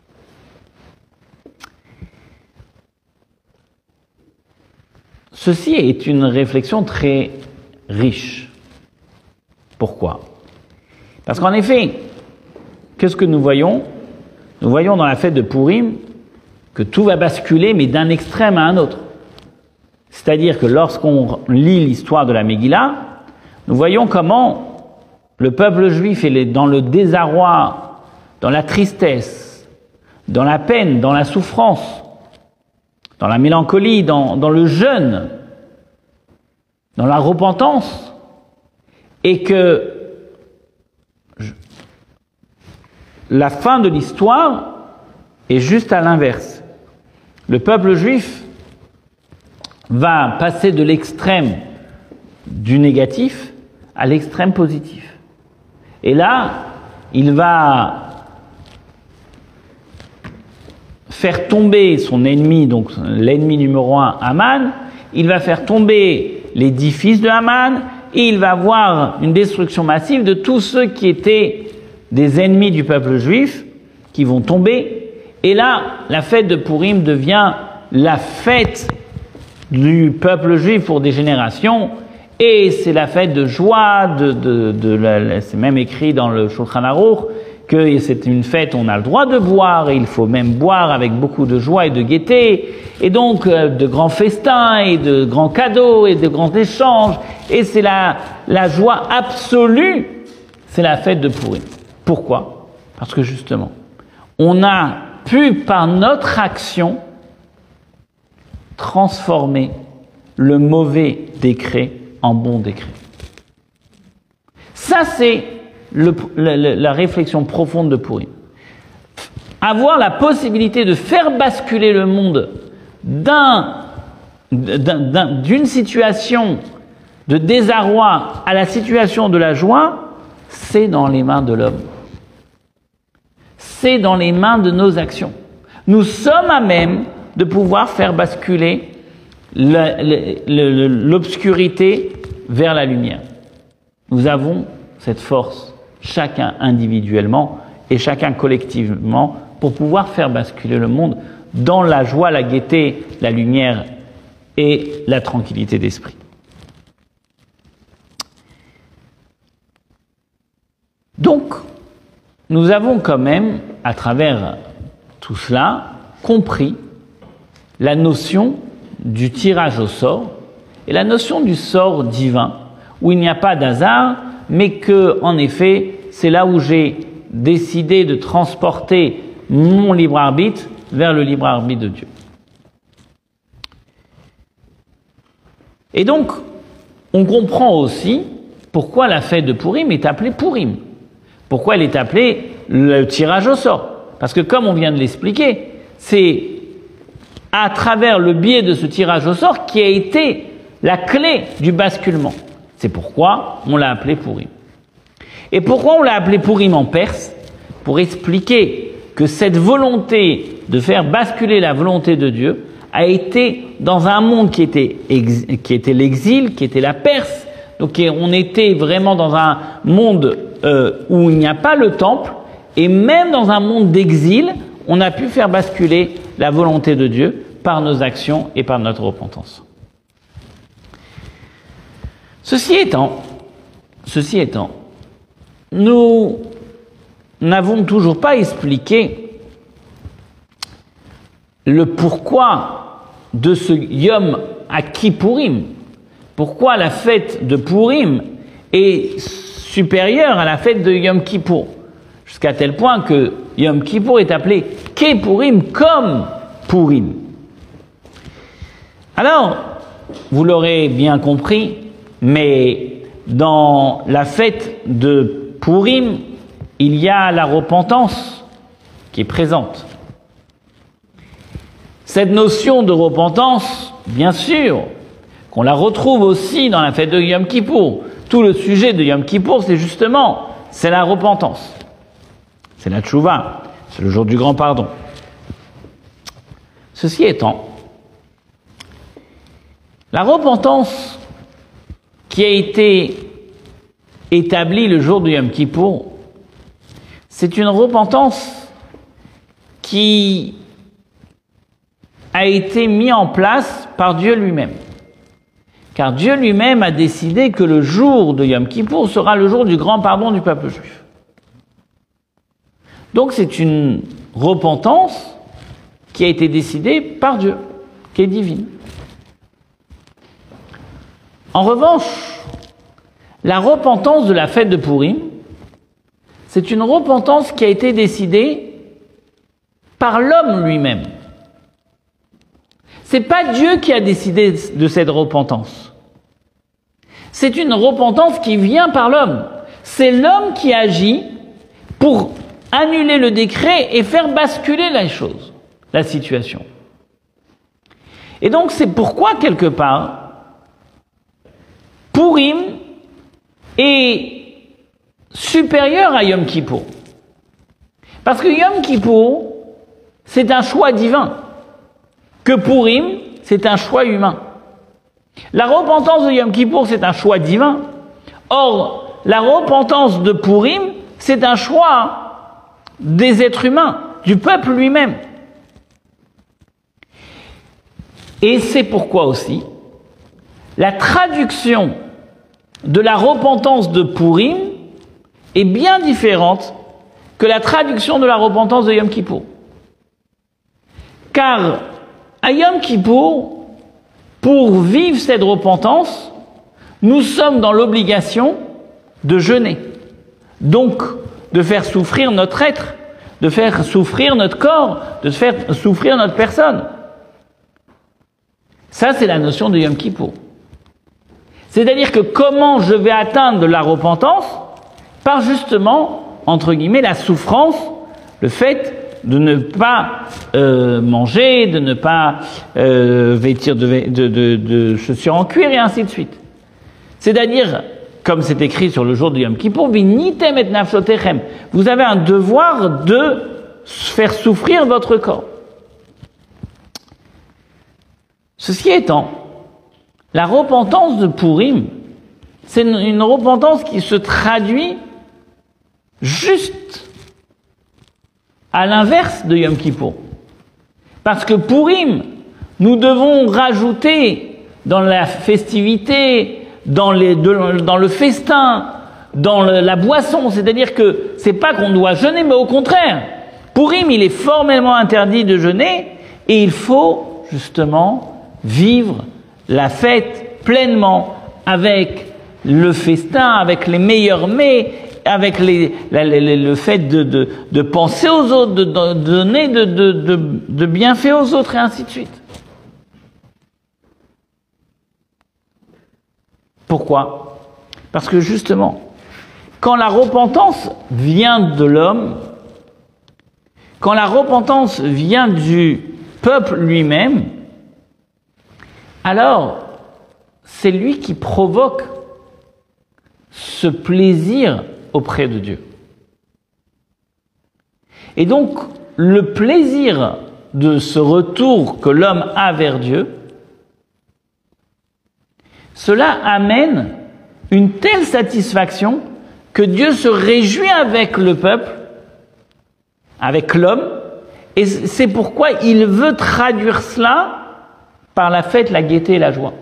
Ceci est une réflexion très riche. Pourquoi? Parce qu'en effet, qu'est-ce que nous voyons? Nous voyons dans la fête de Pourim que tout va basculer, mais d'un extrême à un autre. C'est-à-dire que lorsqu'on lit l'histoire de la Megillah, nous voyons comment le peuple juif est dans le désarroi, dans la tristesse, dans la peine, dans la souffrance, dans la mélancolie, dans le jeûne. dans la repentance, et que la fin de l'histoire est juste à l'inverse. Le peuple juif va passer de l'extrême du négatif à l'extrême positif. Et là, il va faire tomber son ennemi, donc l'ennemi numéro 1, Haman. Il va faire tomber les 10 fils de Haman, et il va avoir une destruction massive de tous ceux qui étaient des ennemis du peuple juif, qui vont tomber. Et là, la fête de Pourim devient la fête du peuple juif pour des générations, et c'est la fête de joie, c'est même écrit dans le Shulchan Aruch, que c'est une fête où on a le droit de boire, et il faut même boire avec beaucoup de joie et de gaieté, et donc de grands festins, et de grands cadeaux, et de grands échanges, et c'est la joie absolue, c'est la fête de Pourim. Pourquoi? Parce que justement, on a pu, par notre action, transformer le mauvais décret en bon décret. Ça, c'est la réflexion profonde de Pourim. Avoir la possibilité de faire basculer le monde d'une situation de désarroi à la situation de la joie, c'est dans les mains de l'homme. C'est dans les mains de nos actions. Nous sommes à même de pouvoir faire basculer l'obscurité vers la lumière. Nous avons cette force, chacun individuellement et chacun collectivement, pour pouvoir faire basculer le monde dans la joie, la gaieté, la lumière et la tranquillité d'esprit. Donc, nous avons quand même, à travers tout cela, compris la notion du tirage au sort et la notion du sort divin, où il n'y a pas d'hasard, mais que, en effet, c'est là où j'ai décidé de transporter mon libre arbitre vers le libre arbitre de Dieu. Et donc, on comprend aussi pourquoi la fête de Pourim est appelée Pourim. Pourquoi elle est appelée le tirage au sort? Parce que, comme on vient de l'expliquer, c'est à travers le biais de ce tirage au sort qui a été la clé du basculement. C'est pourquoi on l'a appelé Pourim. Et pourquoi on l'a appelé Pourim en perse? Pour expliquer que cette volonté de faire basculer la volonté de Dieu a été dans un monde qui était l'exil, qui était la Perse. Donc on était vraiment dans un monde où il n'y a pas le temple, et même dans un monde d'exil, on a pu faire basculer la volonté de Dieu par nos actions et par notre repentance. Ceci étant, nous n'avons toujours pas expliqué le pourquoi de ce Yom Kippourim. Pourquoi la fête de Pourim est supérieure à la fête de Yom Kippour, jusqu'à tel point que Yom Kippour est appelé Kepourim, comme Pourim. Alors, vous l'aurez bien compris, mais dans la fête de Pourim, il y a la repentance qui est présente. Cette notion de repentance, bien sûr, qu'on la retrouve aussi dans la fête de Yom Kippour. Tout le sujet de Yom Kippour, c'est la repentance. C'est la tchouva, c'est le jour du grand pardon. Ceci étant, la repentance qui a été établie le jour de Yom Kippour, c'est une repentance qui a été mise en place par Dieu lui-même. Car Dieu lui-même a décidé que le jour de Yom Kippour sera le jour du grand pardon du peuple juif. Donc c'est une repentance qui a été décidée par Dieu, qui est divine. En revanche, la repentance de la fête de Pourim, c'est une repentance qui a été décidée par l'homme lui-même. C'est pas Dieu qui a décidé de cette repentance. C'est une repentance qui vient par l'homme. C'est l'homme qui agit pour annuler le décret et faire basculer les choses, la situation. Et donc c'est pourquoi, quelque part, Purim est supérieur à Yom Kippour. Parce que Yom Kippour, c'est un choix divin, que Purim, c'est un choix humain. La repentance de Yom Kippour, c'est un choix divin. Or, la repentance de Purim, c'est un choix des êtres humains, du peuple lui-même. Et c'est pourquoi aussi, la traduction de la repentance de Purim est bien différente que la traduction de la repentance de Yom Kippour. Car à Yom Kippour, pour vivre cette repentance, nous sommes dans l'obligation de jeûner. Donc, de faire souffrir notre être, de faire souffrir notre corps, de faire souffrir notre personne. Ça, c'est la notion de Yom Kippour. C'est-à-dire que comment je vais atteindre la repentance? Par justement, entre guillemets, la souffrance, le fait de ne pas manger, de ne pas vêtir de chaussures en cuir et ainsi de suite. C'est-à-dire, comme c'est écrit sur le jour de Yom Kippour, vinitem et nafshotechem. Vous avez un devoir de faire souffrir votre corps. Ceci étant, la repentance de Purim, c'est une repentance qui se traduit juste à l'inverse de Yom Kippour. Parce que Purim, nous devons rajouter dans la festivité, dans le festin, dans la boisson. C'est-à-dire que c'est pas qu'on doit jeûner, mais au contraire. Purim, il est formellement interdit de jeûner et il faut justement vivre la fête pleinement avec le festin, avec les meilleurs mets, avec le fait de penser aux autres, de donner de bienfaits aux autres et ainsi de suite. Pourquoi? Parce que justement, quand la repentance vient de l'homme, quand la repentance vient du peuple lui-même, alors c'est lui qui provoque ce plaisir auprès de Dieu. Et donc, le plaisir de ce retour que l'homme a vers Dieu, cela amène une telle satisfaction que Dieu se réjouit avec le peuple, avec l'homme, et c'est pourquoi il veut traduire cela par la fête, la gaieté et la joie.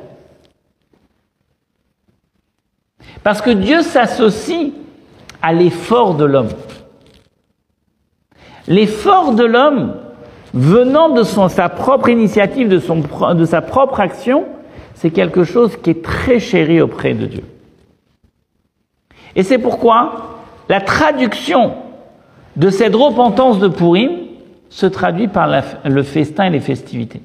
Parce que Dieu s'associe à l'effort de l'homme. L'effort de l'homme, venant de sa propre initiative, de sa propre action, c'est quelque chose qui est très chéri auprès de Dieu. Et c'est pourquoi la traduction de cette repentance de Purim se traduit par le festin et les festivités.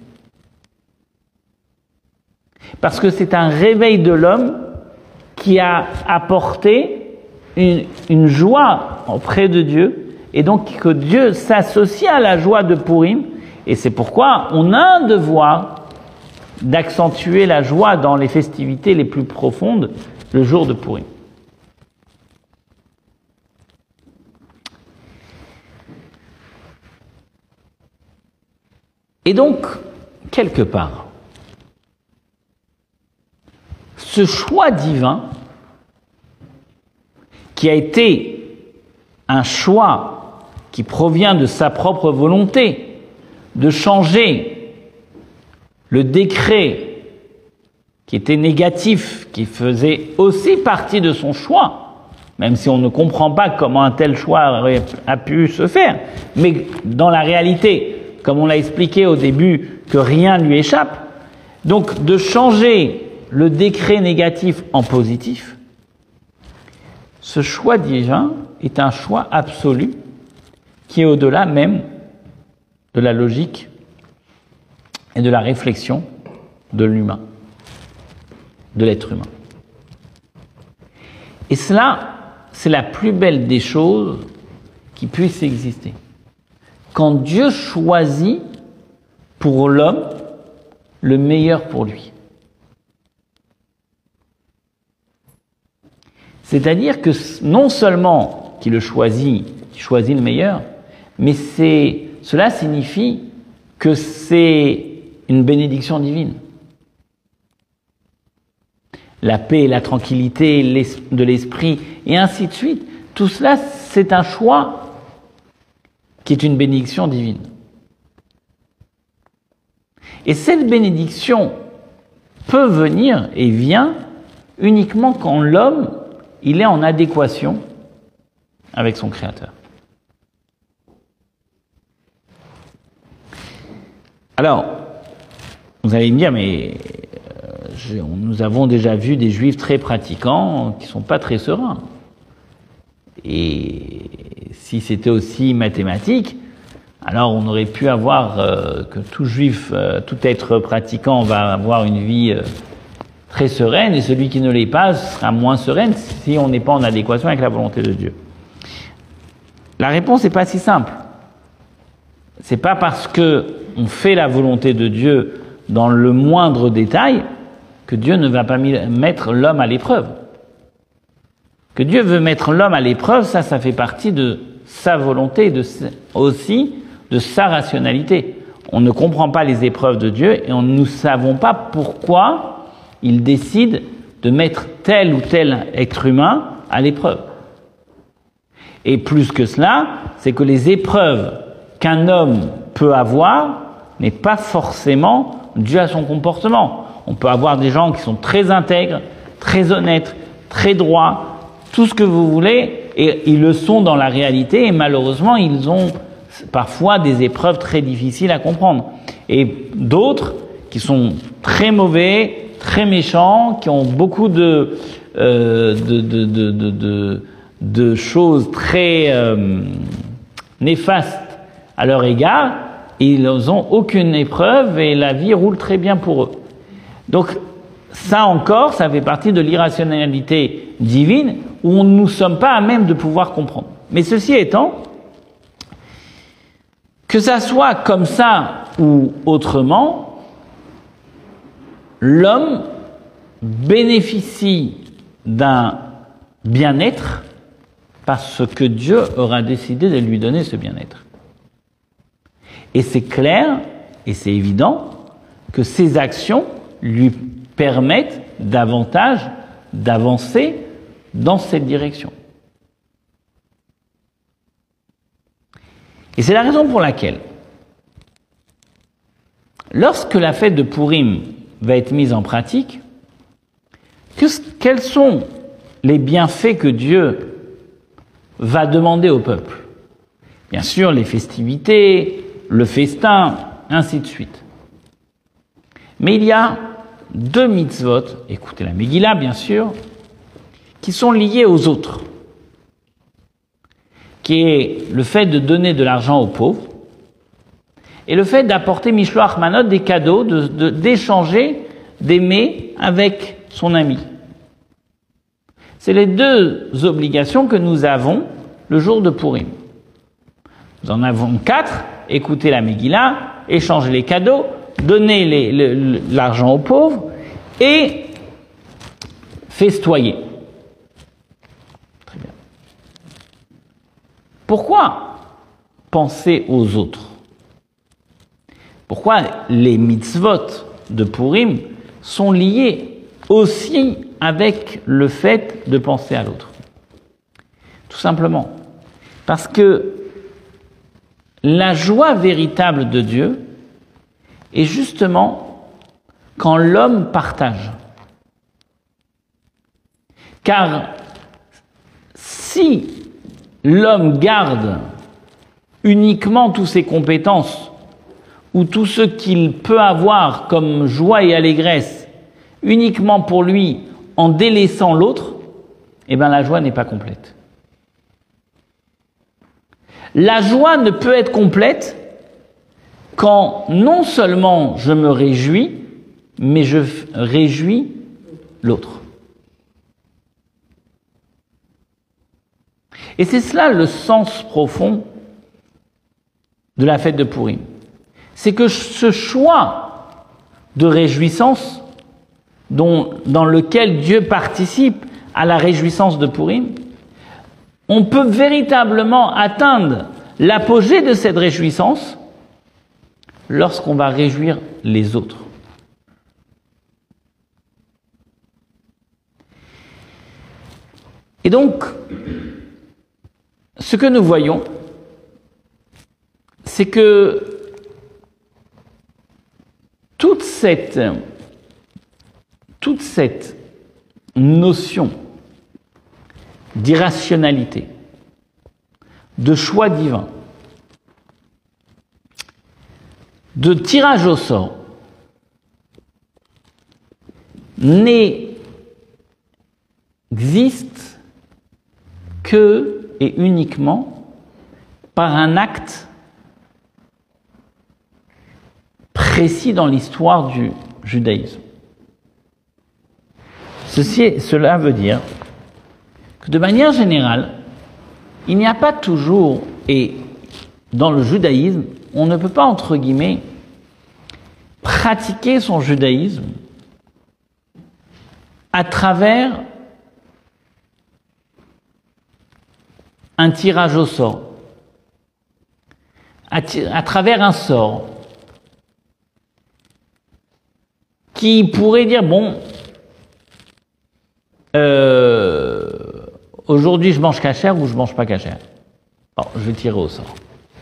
Parce que c'est un réveil de l'homme qui a apporté une joie auprès de Dieu, et donc que Dieu s'associe à la joie de Purim, et c'est pourquoi on a un devoir d'accentuer la joie dans les festivités les plus profondes le jour de Purim. Et donc, quelque part, ce choix divin, qui a été un choix qui provient de sa propre volonté, de changer le décret qui était négatif, qui faisait aussi partie de son choix, même si on ne comprend pas comment un tel choix a pu se faire, mais dans la réalité, comme on l'a expliqué au début, que rien ne lui échappe, donc de changer le décret négatif en positif, ce choix divin est un choix absolu qui est au-delà même de la logique et de la réflexion de l'humain, de l'être humain. Et cela, c'est la plus belle des choses qui puissent exister. Quand Dieu choisit pour l'homme le meilleur pour lui. C'est-à-dire que non seulement qu'il le choisit, qu'il choisit le meilleur, mais cela signifie que c'est une bénédiction divine. La paix et la tranquillité de l'esprit, et ainsi de suite. Tout cela, c'est un choix qui est une bénédiction divine. Et cette bénédiction peut venir et vient uniquement quand l'homme, il est en adéquation avec son Créateur. Alors, vous allez me dire, mais nous avons déjà vu des juifs très pratiquants qui ne sont pas très sereins. Et si c'était aussi mathématique, alors on aurait pu avoir que tout juif, tout être pratiquant va avoir une vie très sereine, et celui qui ne l'est pas sera moins sereine si on n'est pas en adéquation avec la volonté de Dieu. La réponse n'est pas si simple. C'est pas parce que on fait la volonté de Dieu dans le moindre détail que Dieu ne va pas mettre l'homme à l'épreuve. Que Dieu veut mettre l'homme à l'épreuve, ça fait partie de sa volonté, aussi de sa rationalité. On ne comprend pas les épreuves de Dieu et nous ne savons pas pourquoi il décide de mettre tel ou tel être humain à l'épreuve. Et plus que cela, c'est que les épreuves qu'un homme peut avoir n'est pas forcément dû à son comportement. On peut avoir des gens qui sont très intègres, très honnêtes, très droits, tout ce que vous voulez, et ils le sont dans la réalité, et malheureusement, ils ont parfois des épreuves très difficiles à comprendre. Et d'autres qui sont très mauvais, très méchants, qui ont beaucoup de choses très néfastes à leur égard, et ils n'ont aucune épreuve et la vie roule très bien pour eux. Donc ça encore, ça fait partie de l'irrationalité divine où nous ne sommes pas à même de pouvoir comprendre. Mais ceci étant, que ça soit comme ça ou autrement, l'homme bénéficie d'un bien-être parce que Dieu aura décidé de lui donner ce bien-être. Et c'est clair, et c'est évident, que ces actions lui permettent davantage d'avancer dans cette direction. Et c'est la raison pour laquelle, lorsque la fête de Pourim va être mise en pratique, quels sont les bienfaits que Dieu va demander au peuple? Bien sûr, les festivités, le festin, ainsi de suite. Mais il y a deux mitzvot, écoutez la Megillah bien sûr, qui sont liés aux autres, qui est le fait de donner de l'argent aux pauvres et le fait d'apporter Mishloach Manot, des cadeaux, d'échanger des mets avec son ami. C'est les deux obligations que nous avons le jour de Pourim. Nous en avons 4, écouter la Megillah, échanger les cadeaux, donner l'argent aux pauvres et festoyer. Très bien. Pourquoi penser aux autres? Pourquoi les mitzvot de Pourim sont liés aussi avec le fait de penser à l'autre? Tout simplement parce que la joie véritable de Dieu est justement quand l'homme partage. Car si l'homme garde uniquement toutes ses compétences ou tout ce qu'il peut avoir comme joie et allégresse uniquement pour lui en délaissant l'autre, eh bien la joie n'est pas complète. La joie ne peut être complète quand non seulement je me réjouis, mais je réjouis l'autre. Et c'est cela le sens profond de la fête de Pourim. C'est que ce choix de réjouissance dans lequel Dieu participe à la réjouissance de Pourim, on peut véritablement atteindre l'apogée de cette réjouissance lorsqu'on va réjouir les autres. Et donc, ce que nous voyons, c'est que toute cette notion d'irrationalité, de choix divin, de tirage au sort, n'existe que et uniquement par un acte précis dans l'histoire du judaïsme. Cela veut dire que de manière générale, il n'y a pas toujours, et dans le judaïsme, on ne peut pas, entre guillemets, pratiquer son judaïsme à travers un tirage au sort, à travers un sort qui pourrait dire, bon, aujourd'hui je mange cachère ou je mange pas cachère. Bon, je vais tirer au sort.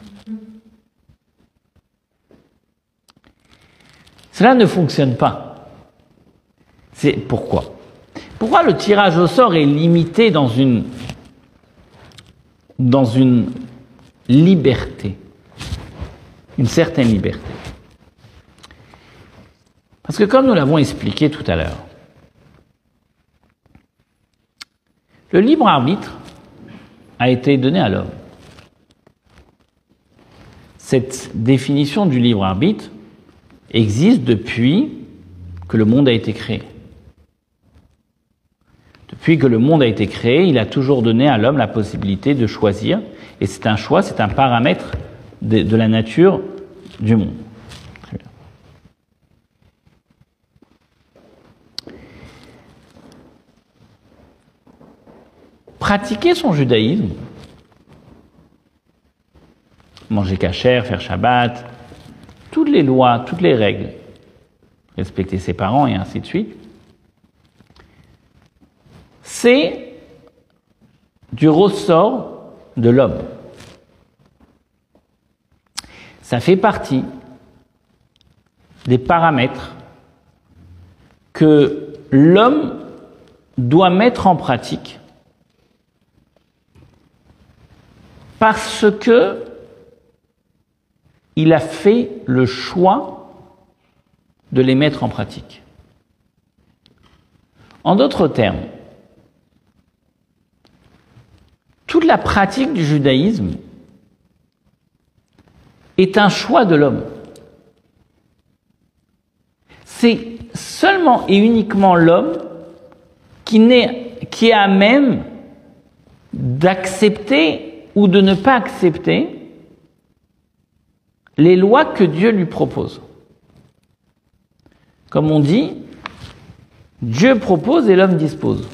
Cela ne fonctionne pas. C'est pourquoi? Pourquoi le tirage au sort est limité dans une liberté, une certaine liberté? Parce que comme nous l'avons expliqué tout à l'heure, le libre arbitre a été donné à l'homme. Cette définition du libre arbitre existe depuis que le monde a été créé. Depuis que le monde a été créé, il a toujours donné à l'homme la possibilité de choisir, et c'est un choix, c'est un paramètre de la nature du monde. Très bien. Pratiquer son judaïsme, manger cachère, faire Shabbat, toutes les lois, toutes les règles, respecter ses parents et ainsi de suite, c'est du ressort de l'homme. Ça fait partie des paramètres que l'homme doit mettre en pratique parce que il a fait le choix de les mettre en pratique. En d'autres termes, toute la pratique du judaïsme est un choix de l'homme. C'est seulement et uniquement l'homme qui est à même d'accepter ou de ne pas accepter les lois que Dieu lui propose. Comme on dit, Dieu propose et l'homme dispose.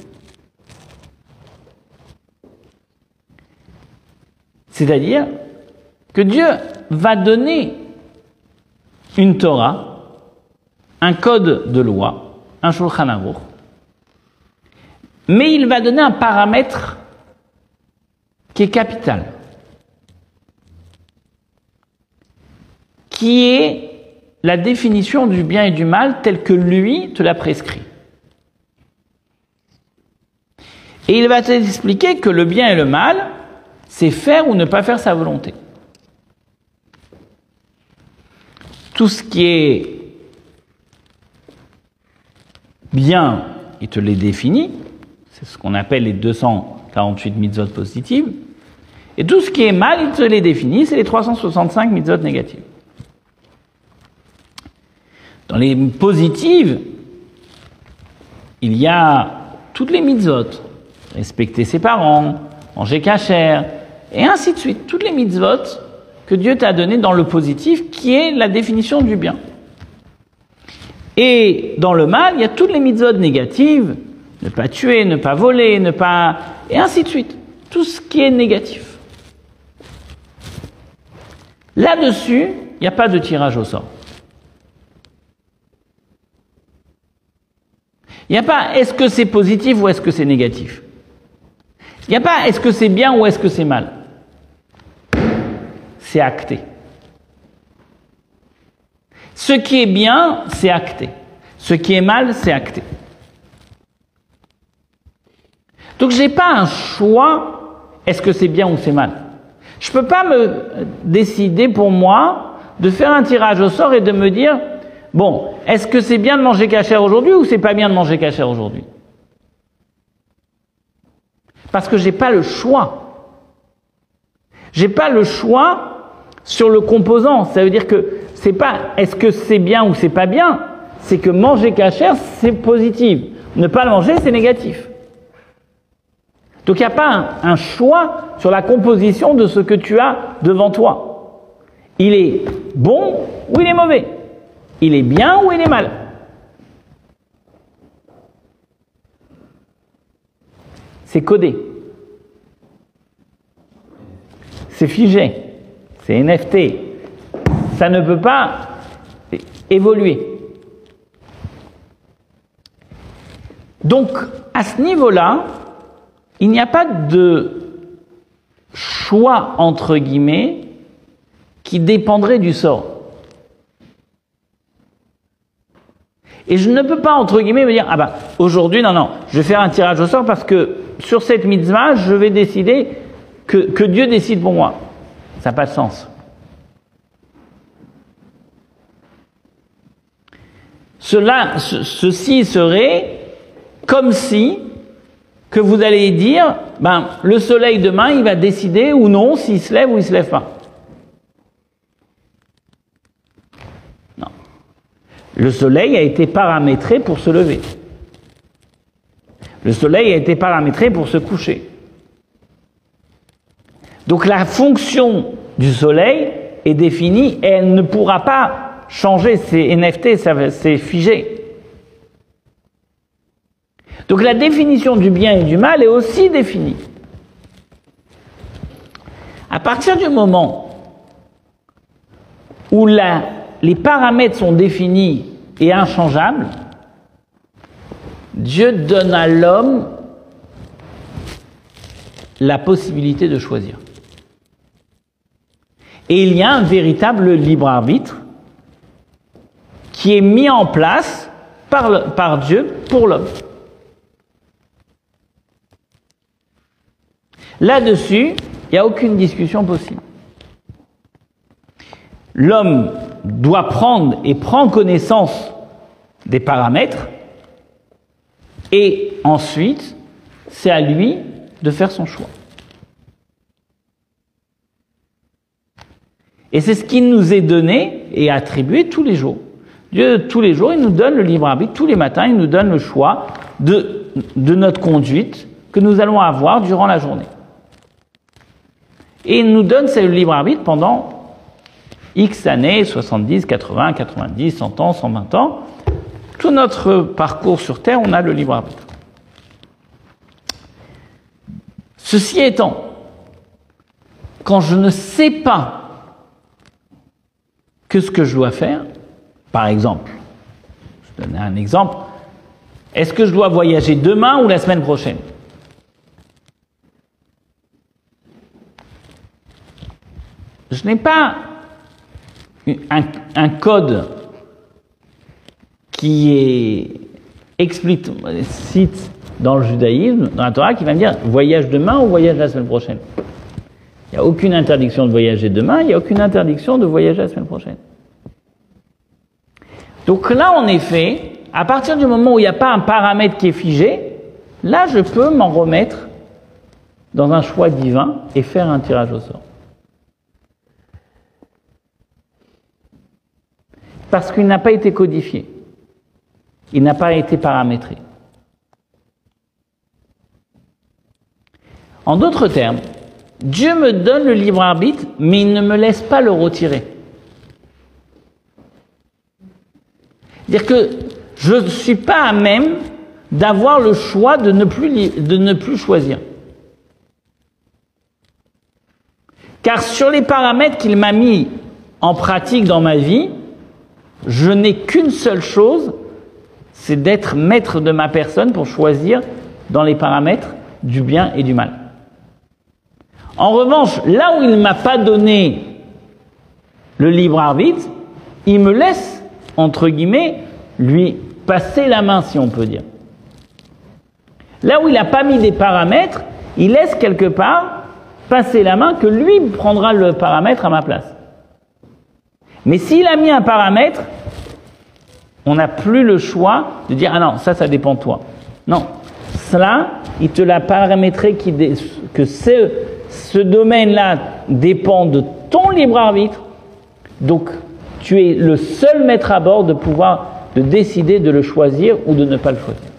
C'est-à-dire que Dieu va donner une Torah, un code de loi, un Shulchan Aruch, mais il va donner un paramètre qui est capital, qui est la définition du bien et du mal telle que lui te l'a prescrit. Et il va t'expliquer que le bien et le mal, c'est faire ou ne pas faire sa volonté. Tout ce qui est bien, il te les définit, c'est ce qu'on appelle les 248 mitzvot positives, et tout ce qui est mal, il te les définit, c'est les 365 mitzvot négatives. Dans les positives, il y a toutes les mitzvot. Respecter ses parents, manger kasher, et ainsi de suite. Toutes les mitzvot que Dieu t'a données dans le positif, qui est la définition du bien. Et dans le mal, il y a toutes les mitzvot négatives, ne pas tuer, ne pas voler, ne pas... et ainsi de suite. Tout ce qui est négatif. Là-dessus, il n'y a pas de tirage au sort. Il n'y a pas est-ce que c'est positif ou est-ce que c'est négatif. Il n'y a pas est-ce que c'est bien ou est-ce que c'est mal. C'est acté. Ce qui est bien, c'est acté. Ce qui est mal, c'est acté. Donc j'ai pas un choix, est-ce que c'est bien ou c'est mal. Je peux pas me décider pour moi de faire un tirage au sort et de me dire, bon, est-ce que c'est bien de manger kasher aujourd'hui ou c'est pas bien de manger kasher aujourd'hui? Parce que j'ai pas le choix. J'ai pas le choix sur le composant. Ça veut dire que c'est pas est-ce que c'est bien ou c'est pas bien, c'est que manger kasher, c'est positif. Ne pas le manger, c'est négatif. Donc il n'y a pas un choix sur la composition de ce que tu as devant toi. Il est bon ou il est mauvais. Il est bien ou il est mal. C'est codé. C'est figé. C'est NFT. Ça ne peut pas évoluer. Donc, à ce niveau-là, il n'y a pas de choix, entre guillemets, qui dépendrait du sort. Et je ne peux pas, entre guillemets, me dire, ah ben, aujourd'hui, non, je vais faire un tirage au sort parce que sur cette mitzvah, je vais décider que Dieu décide pour moi. Ça n'a pas de sens. Ceci serait comme si que vous allez dire, ben, le soleil demain, il va décider ou non s'il se lève ou il se lève pas. Non. Le soleil a été paramétré pour se lever. Le soleil a été paramétré pour se coucher. Donc la fonction du soleil est définie et elle ne pourra pas changer. C'est NFT, c'est figé. Donc la définition du bien et du mal est aussi définie. À partir du moment où les paramètres sont définis et inchangeables, Dieu donne à l'homme la possibilité de choisir. Et il y a un véritable libre arbitre qui est mis en place par Dieu pour l'homme. Là-dessus, il n'y a aucune discussion possible. L'homme doit prendre et prend connaissance des paramètres et ensuite, c'est à lui de faire son choix. Et c'est ce qui nous est donné et attribué tous les jours. Dieu, tous les jours, il nous donne le libre arbitre. Tous les matins, il nous donne le choix de notre conduite que nous allons avoir durant la journée. Et il nous donne ce libre arbitre pendant X années, 70, 80, 90, 100 ans, 120 ans. Tout notre parcours sur Terre, on a le libre arbitre. Ceci étant, quand je ne sais pas que ce que je dois faire, par exemple, je vais donner un exemple, est-ce que je dois voyager demain ou la semaine prochaine? Je n'ai pas un code qui est explicite dans le judaïsme, dans la Torah, qui va me dire voyage demain ou voyage la semaine prochaine. Il n'y a aucune interdiction de voyager demain, il n'y a aucune interdiction de voyager la semaine prochaine. Donc là, en effet, à partir du moment où il n'y a pas un paramètre qui est figé, là, je peux m'en remettre dans un choix divin et faire un tirage au sort. Parce qu'il n'a pas été codifié. Il n'a pas été paramétré. En d'autres termes, Dieu me donne le libre arbitre, mais il ne me laisse pas le retirer. C'est-à-dire que je ne suis pas à même d'avoir le choix de ne plus choisir. Car sur les paramètres qu'il m'a mis en pratique dans ma vie, je n'ai qu'une seule chose, c'est d'être maître de ma personne pour choisir dans les paramètres du bien et du mal. En revanche, là où il ne m'a pas donné le libre arbitre, il me laisse, entre guillemets, lui passer la main, si on peut dire. Là où il n'a pas mis des paramètres, il laisse quelque part passer la main que lui prendra le paramètre à ma place. Mais s'il a mis un paramètre, on n'a plus le choix de dire « Ah non, ça dépend de toi ». Non, cela, il te l'a paramétré que ce domaine-là dépend de ton libre arbitre. Donc, tu es le seul maître à bord de décider de le choisir ou de ne pas le choisir.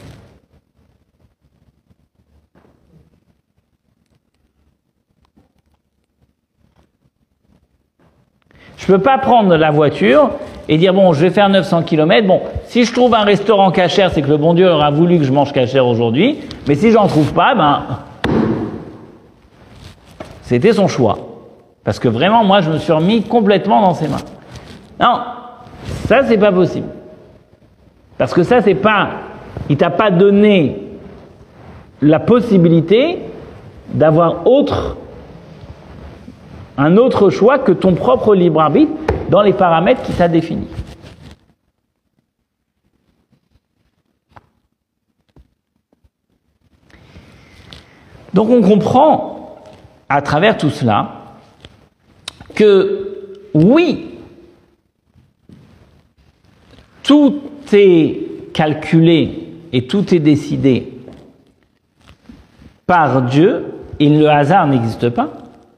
Je ne peux pas prendre la voiture et dire, bon, je vais faire 900 km. Bon, si je trouve un restaurant cachère, c'est que le bon Dieu aura voulu que je mange cachère aujourd'hui. Mais si j'en trouve pas, c'était son choix. Parce que vraiment, moi, je me suis remis complètement dans ses mains. Non, ça, c'est pas possible. Parce que ça, c'est pas... Il t'a pas donné la possibilité d'avoir un autre choix que ton propre libre arbitre dans les paramètres qu'il t'a définis. Donc on comprend à travers tout cela que oui, tout est calculé et tout est décidé par Dieu et le hasard n'existe pas.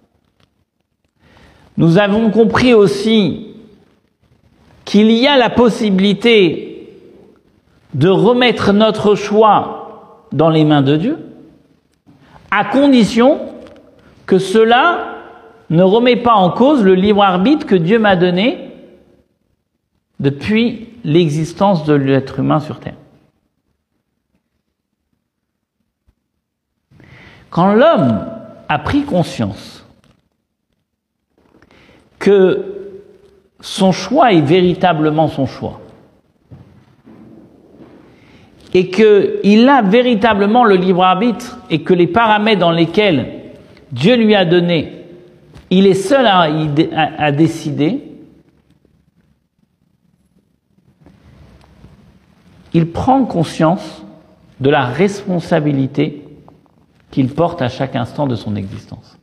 Nous avons compris aussi qu'il y a la possibilité de remettre notre choix dans les mains de Dieu, à condition que cela ne remet pas en cause le libre arbitre que Dieu m'a donné depuis l'existence de l'être humain sur Terre. Quand l'homme a pris conscience que son choix est véritablement son choix et qu'il a véritablement le libre arbitre et que les paramètres dans lesquels Dieu lui a donné, il est seul à décider, il prend conscience de la responsabilité qu'il porte à chaque instant de son existence.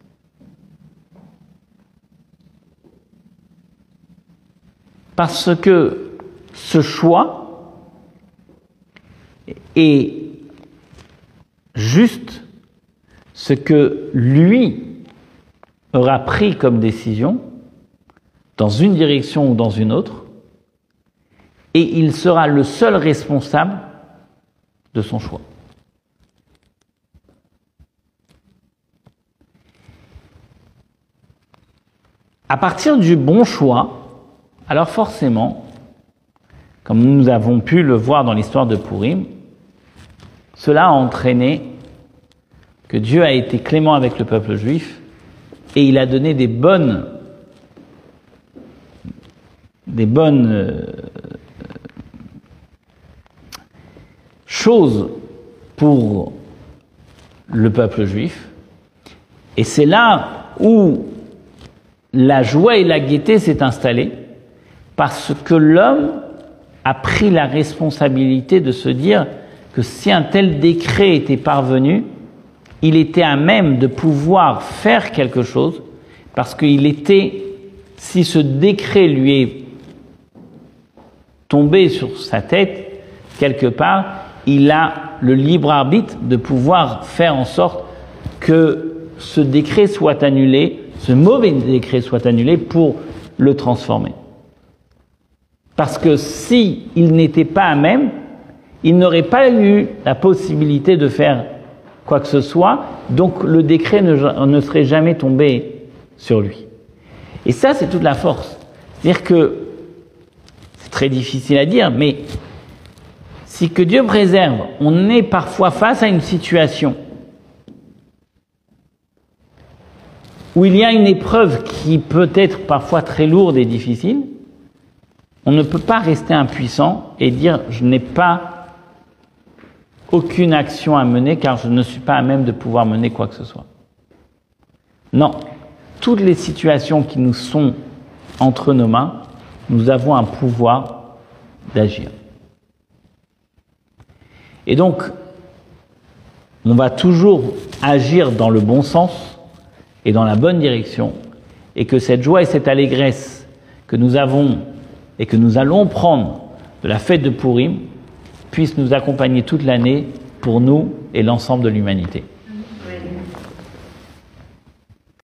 Parce que ce choix est juste ce que lui aura pris comme décision dans une direction ou dans une autre, et il sera le seul responsable de son choix. À partir du bon choix, alors forcément, comme nous avons pu le voir dans l'histoire de Pourim, cela a entraîné que Dieu a été clément avec le peuple juif et il a donné des bonnes choses pour le peuple juif. Et c'est là où la joie et la gaieté s'est installée, parce que l'homme a pris la responsabilité de se dire que si un tel décret était parvenu, il était à même de pouvoir faire quelque chose, parce qu'il était, si ce décret lui est tombé sur sa tête, quelque part, il a le libre arbitre de pouvoir faire en sorte que ce décret soit annulé, ce mauvais décret soit annulé pour le transformer. Parce que si il n'était pas à même, il n'aurait pas eu la possibilité de faire quoi que ce soit, donc le décret ne serait jamais tombé sur lui. Et ça, c'est toute la force. C'est-à-dire que, c'est très difficile à dire, mais si que Dieu préserve, on est parfois face à une situation où il y a une épreuve qui peut être parfois très lourde et difficile, on ne peut pas rester impuissant et dire « je n'ai pas aucune action à mener car je ne suis pas à même de pouvoir mener quoi que ce soit ». Non, toutes les situations qui nous sont entre nos mains, nous avons un pouvoir d'agir. Et donc, on va toujours agir dans le bon sens et dans la bonne direction, et que cette joie et cette allégresse que nous avons et que nous allons prendre de la fête de Pourim puissent nous accompagner toute l'année pour nous et l'ensemble de l'humanité.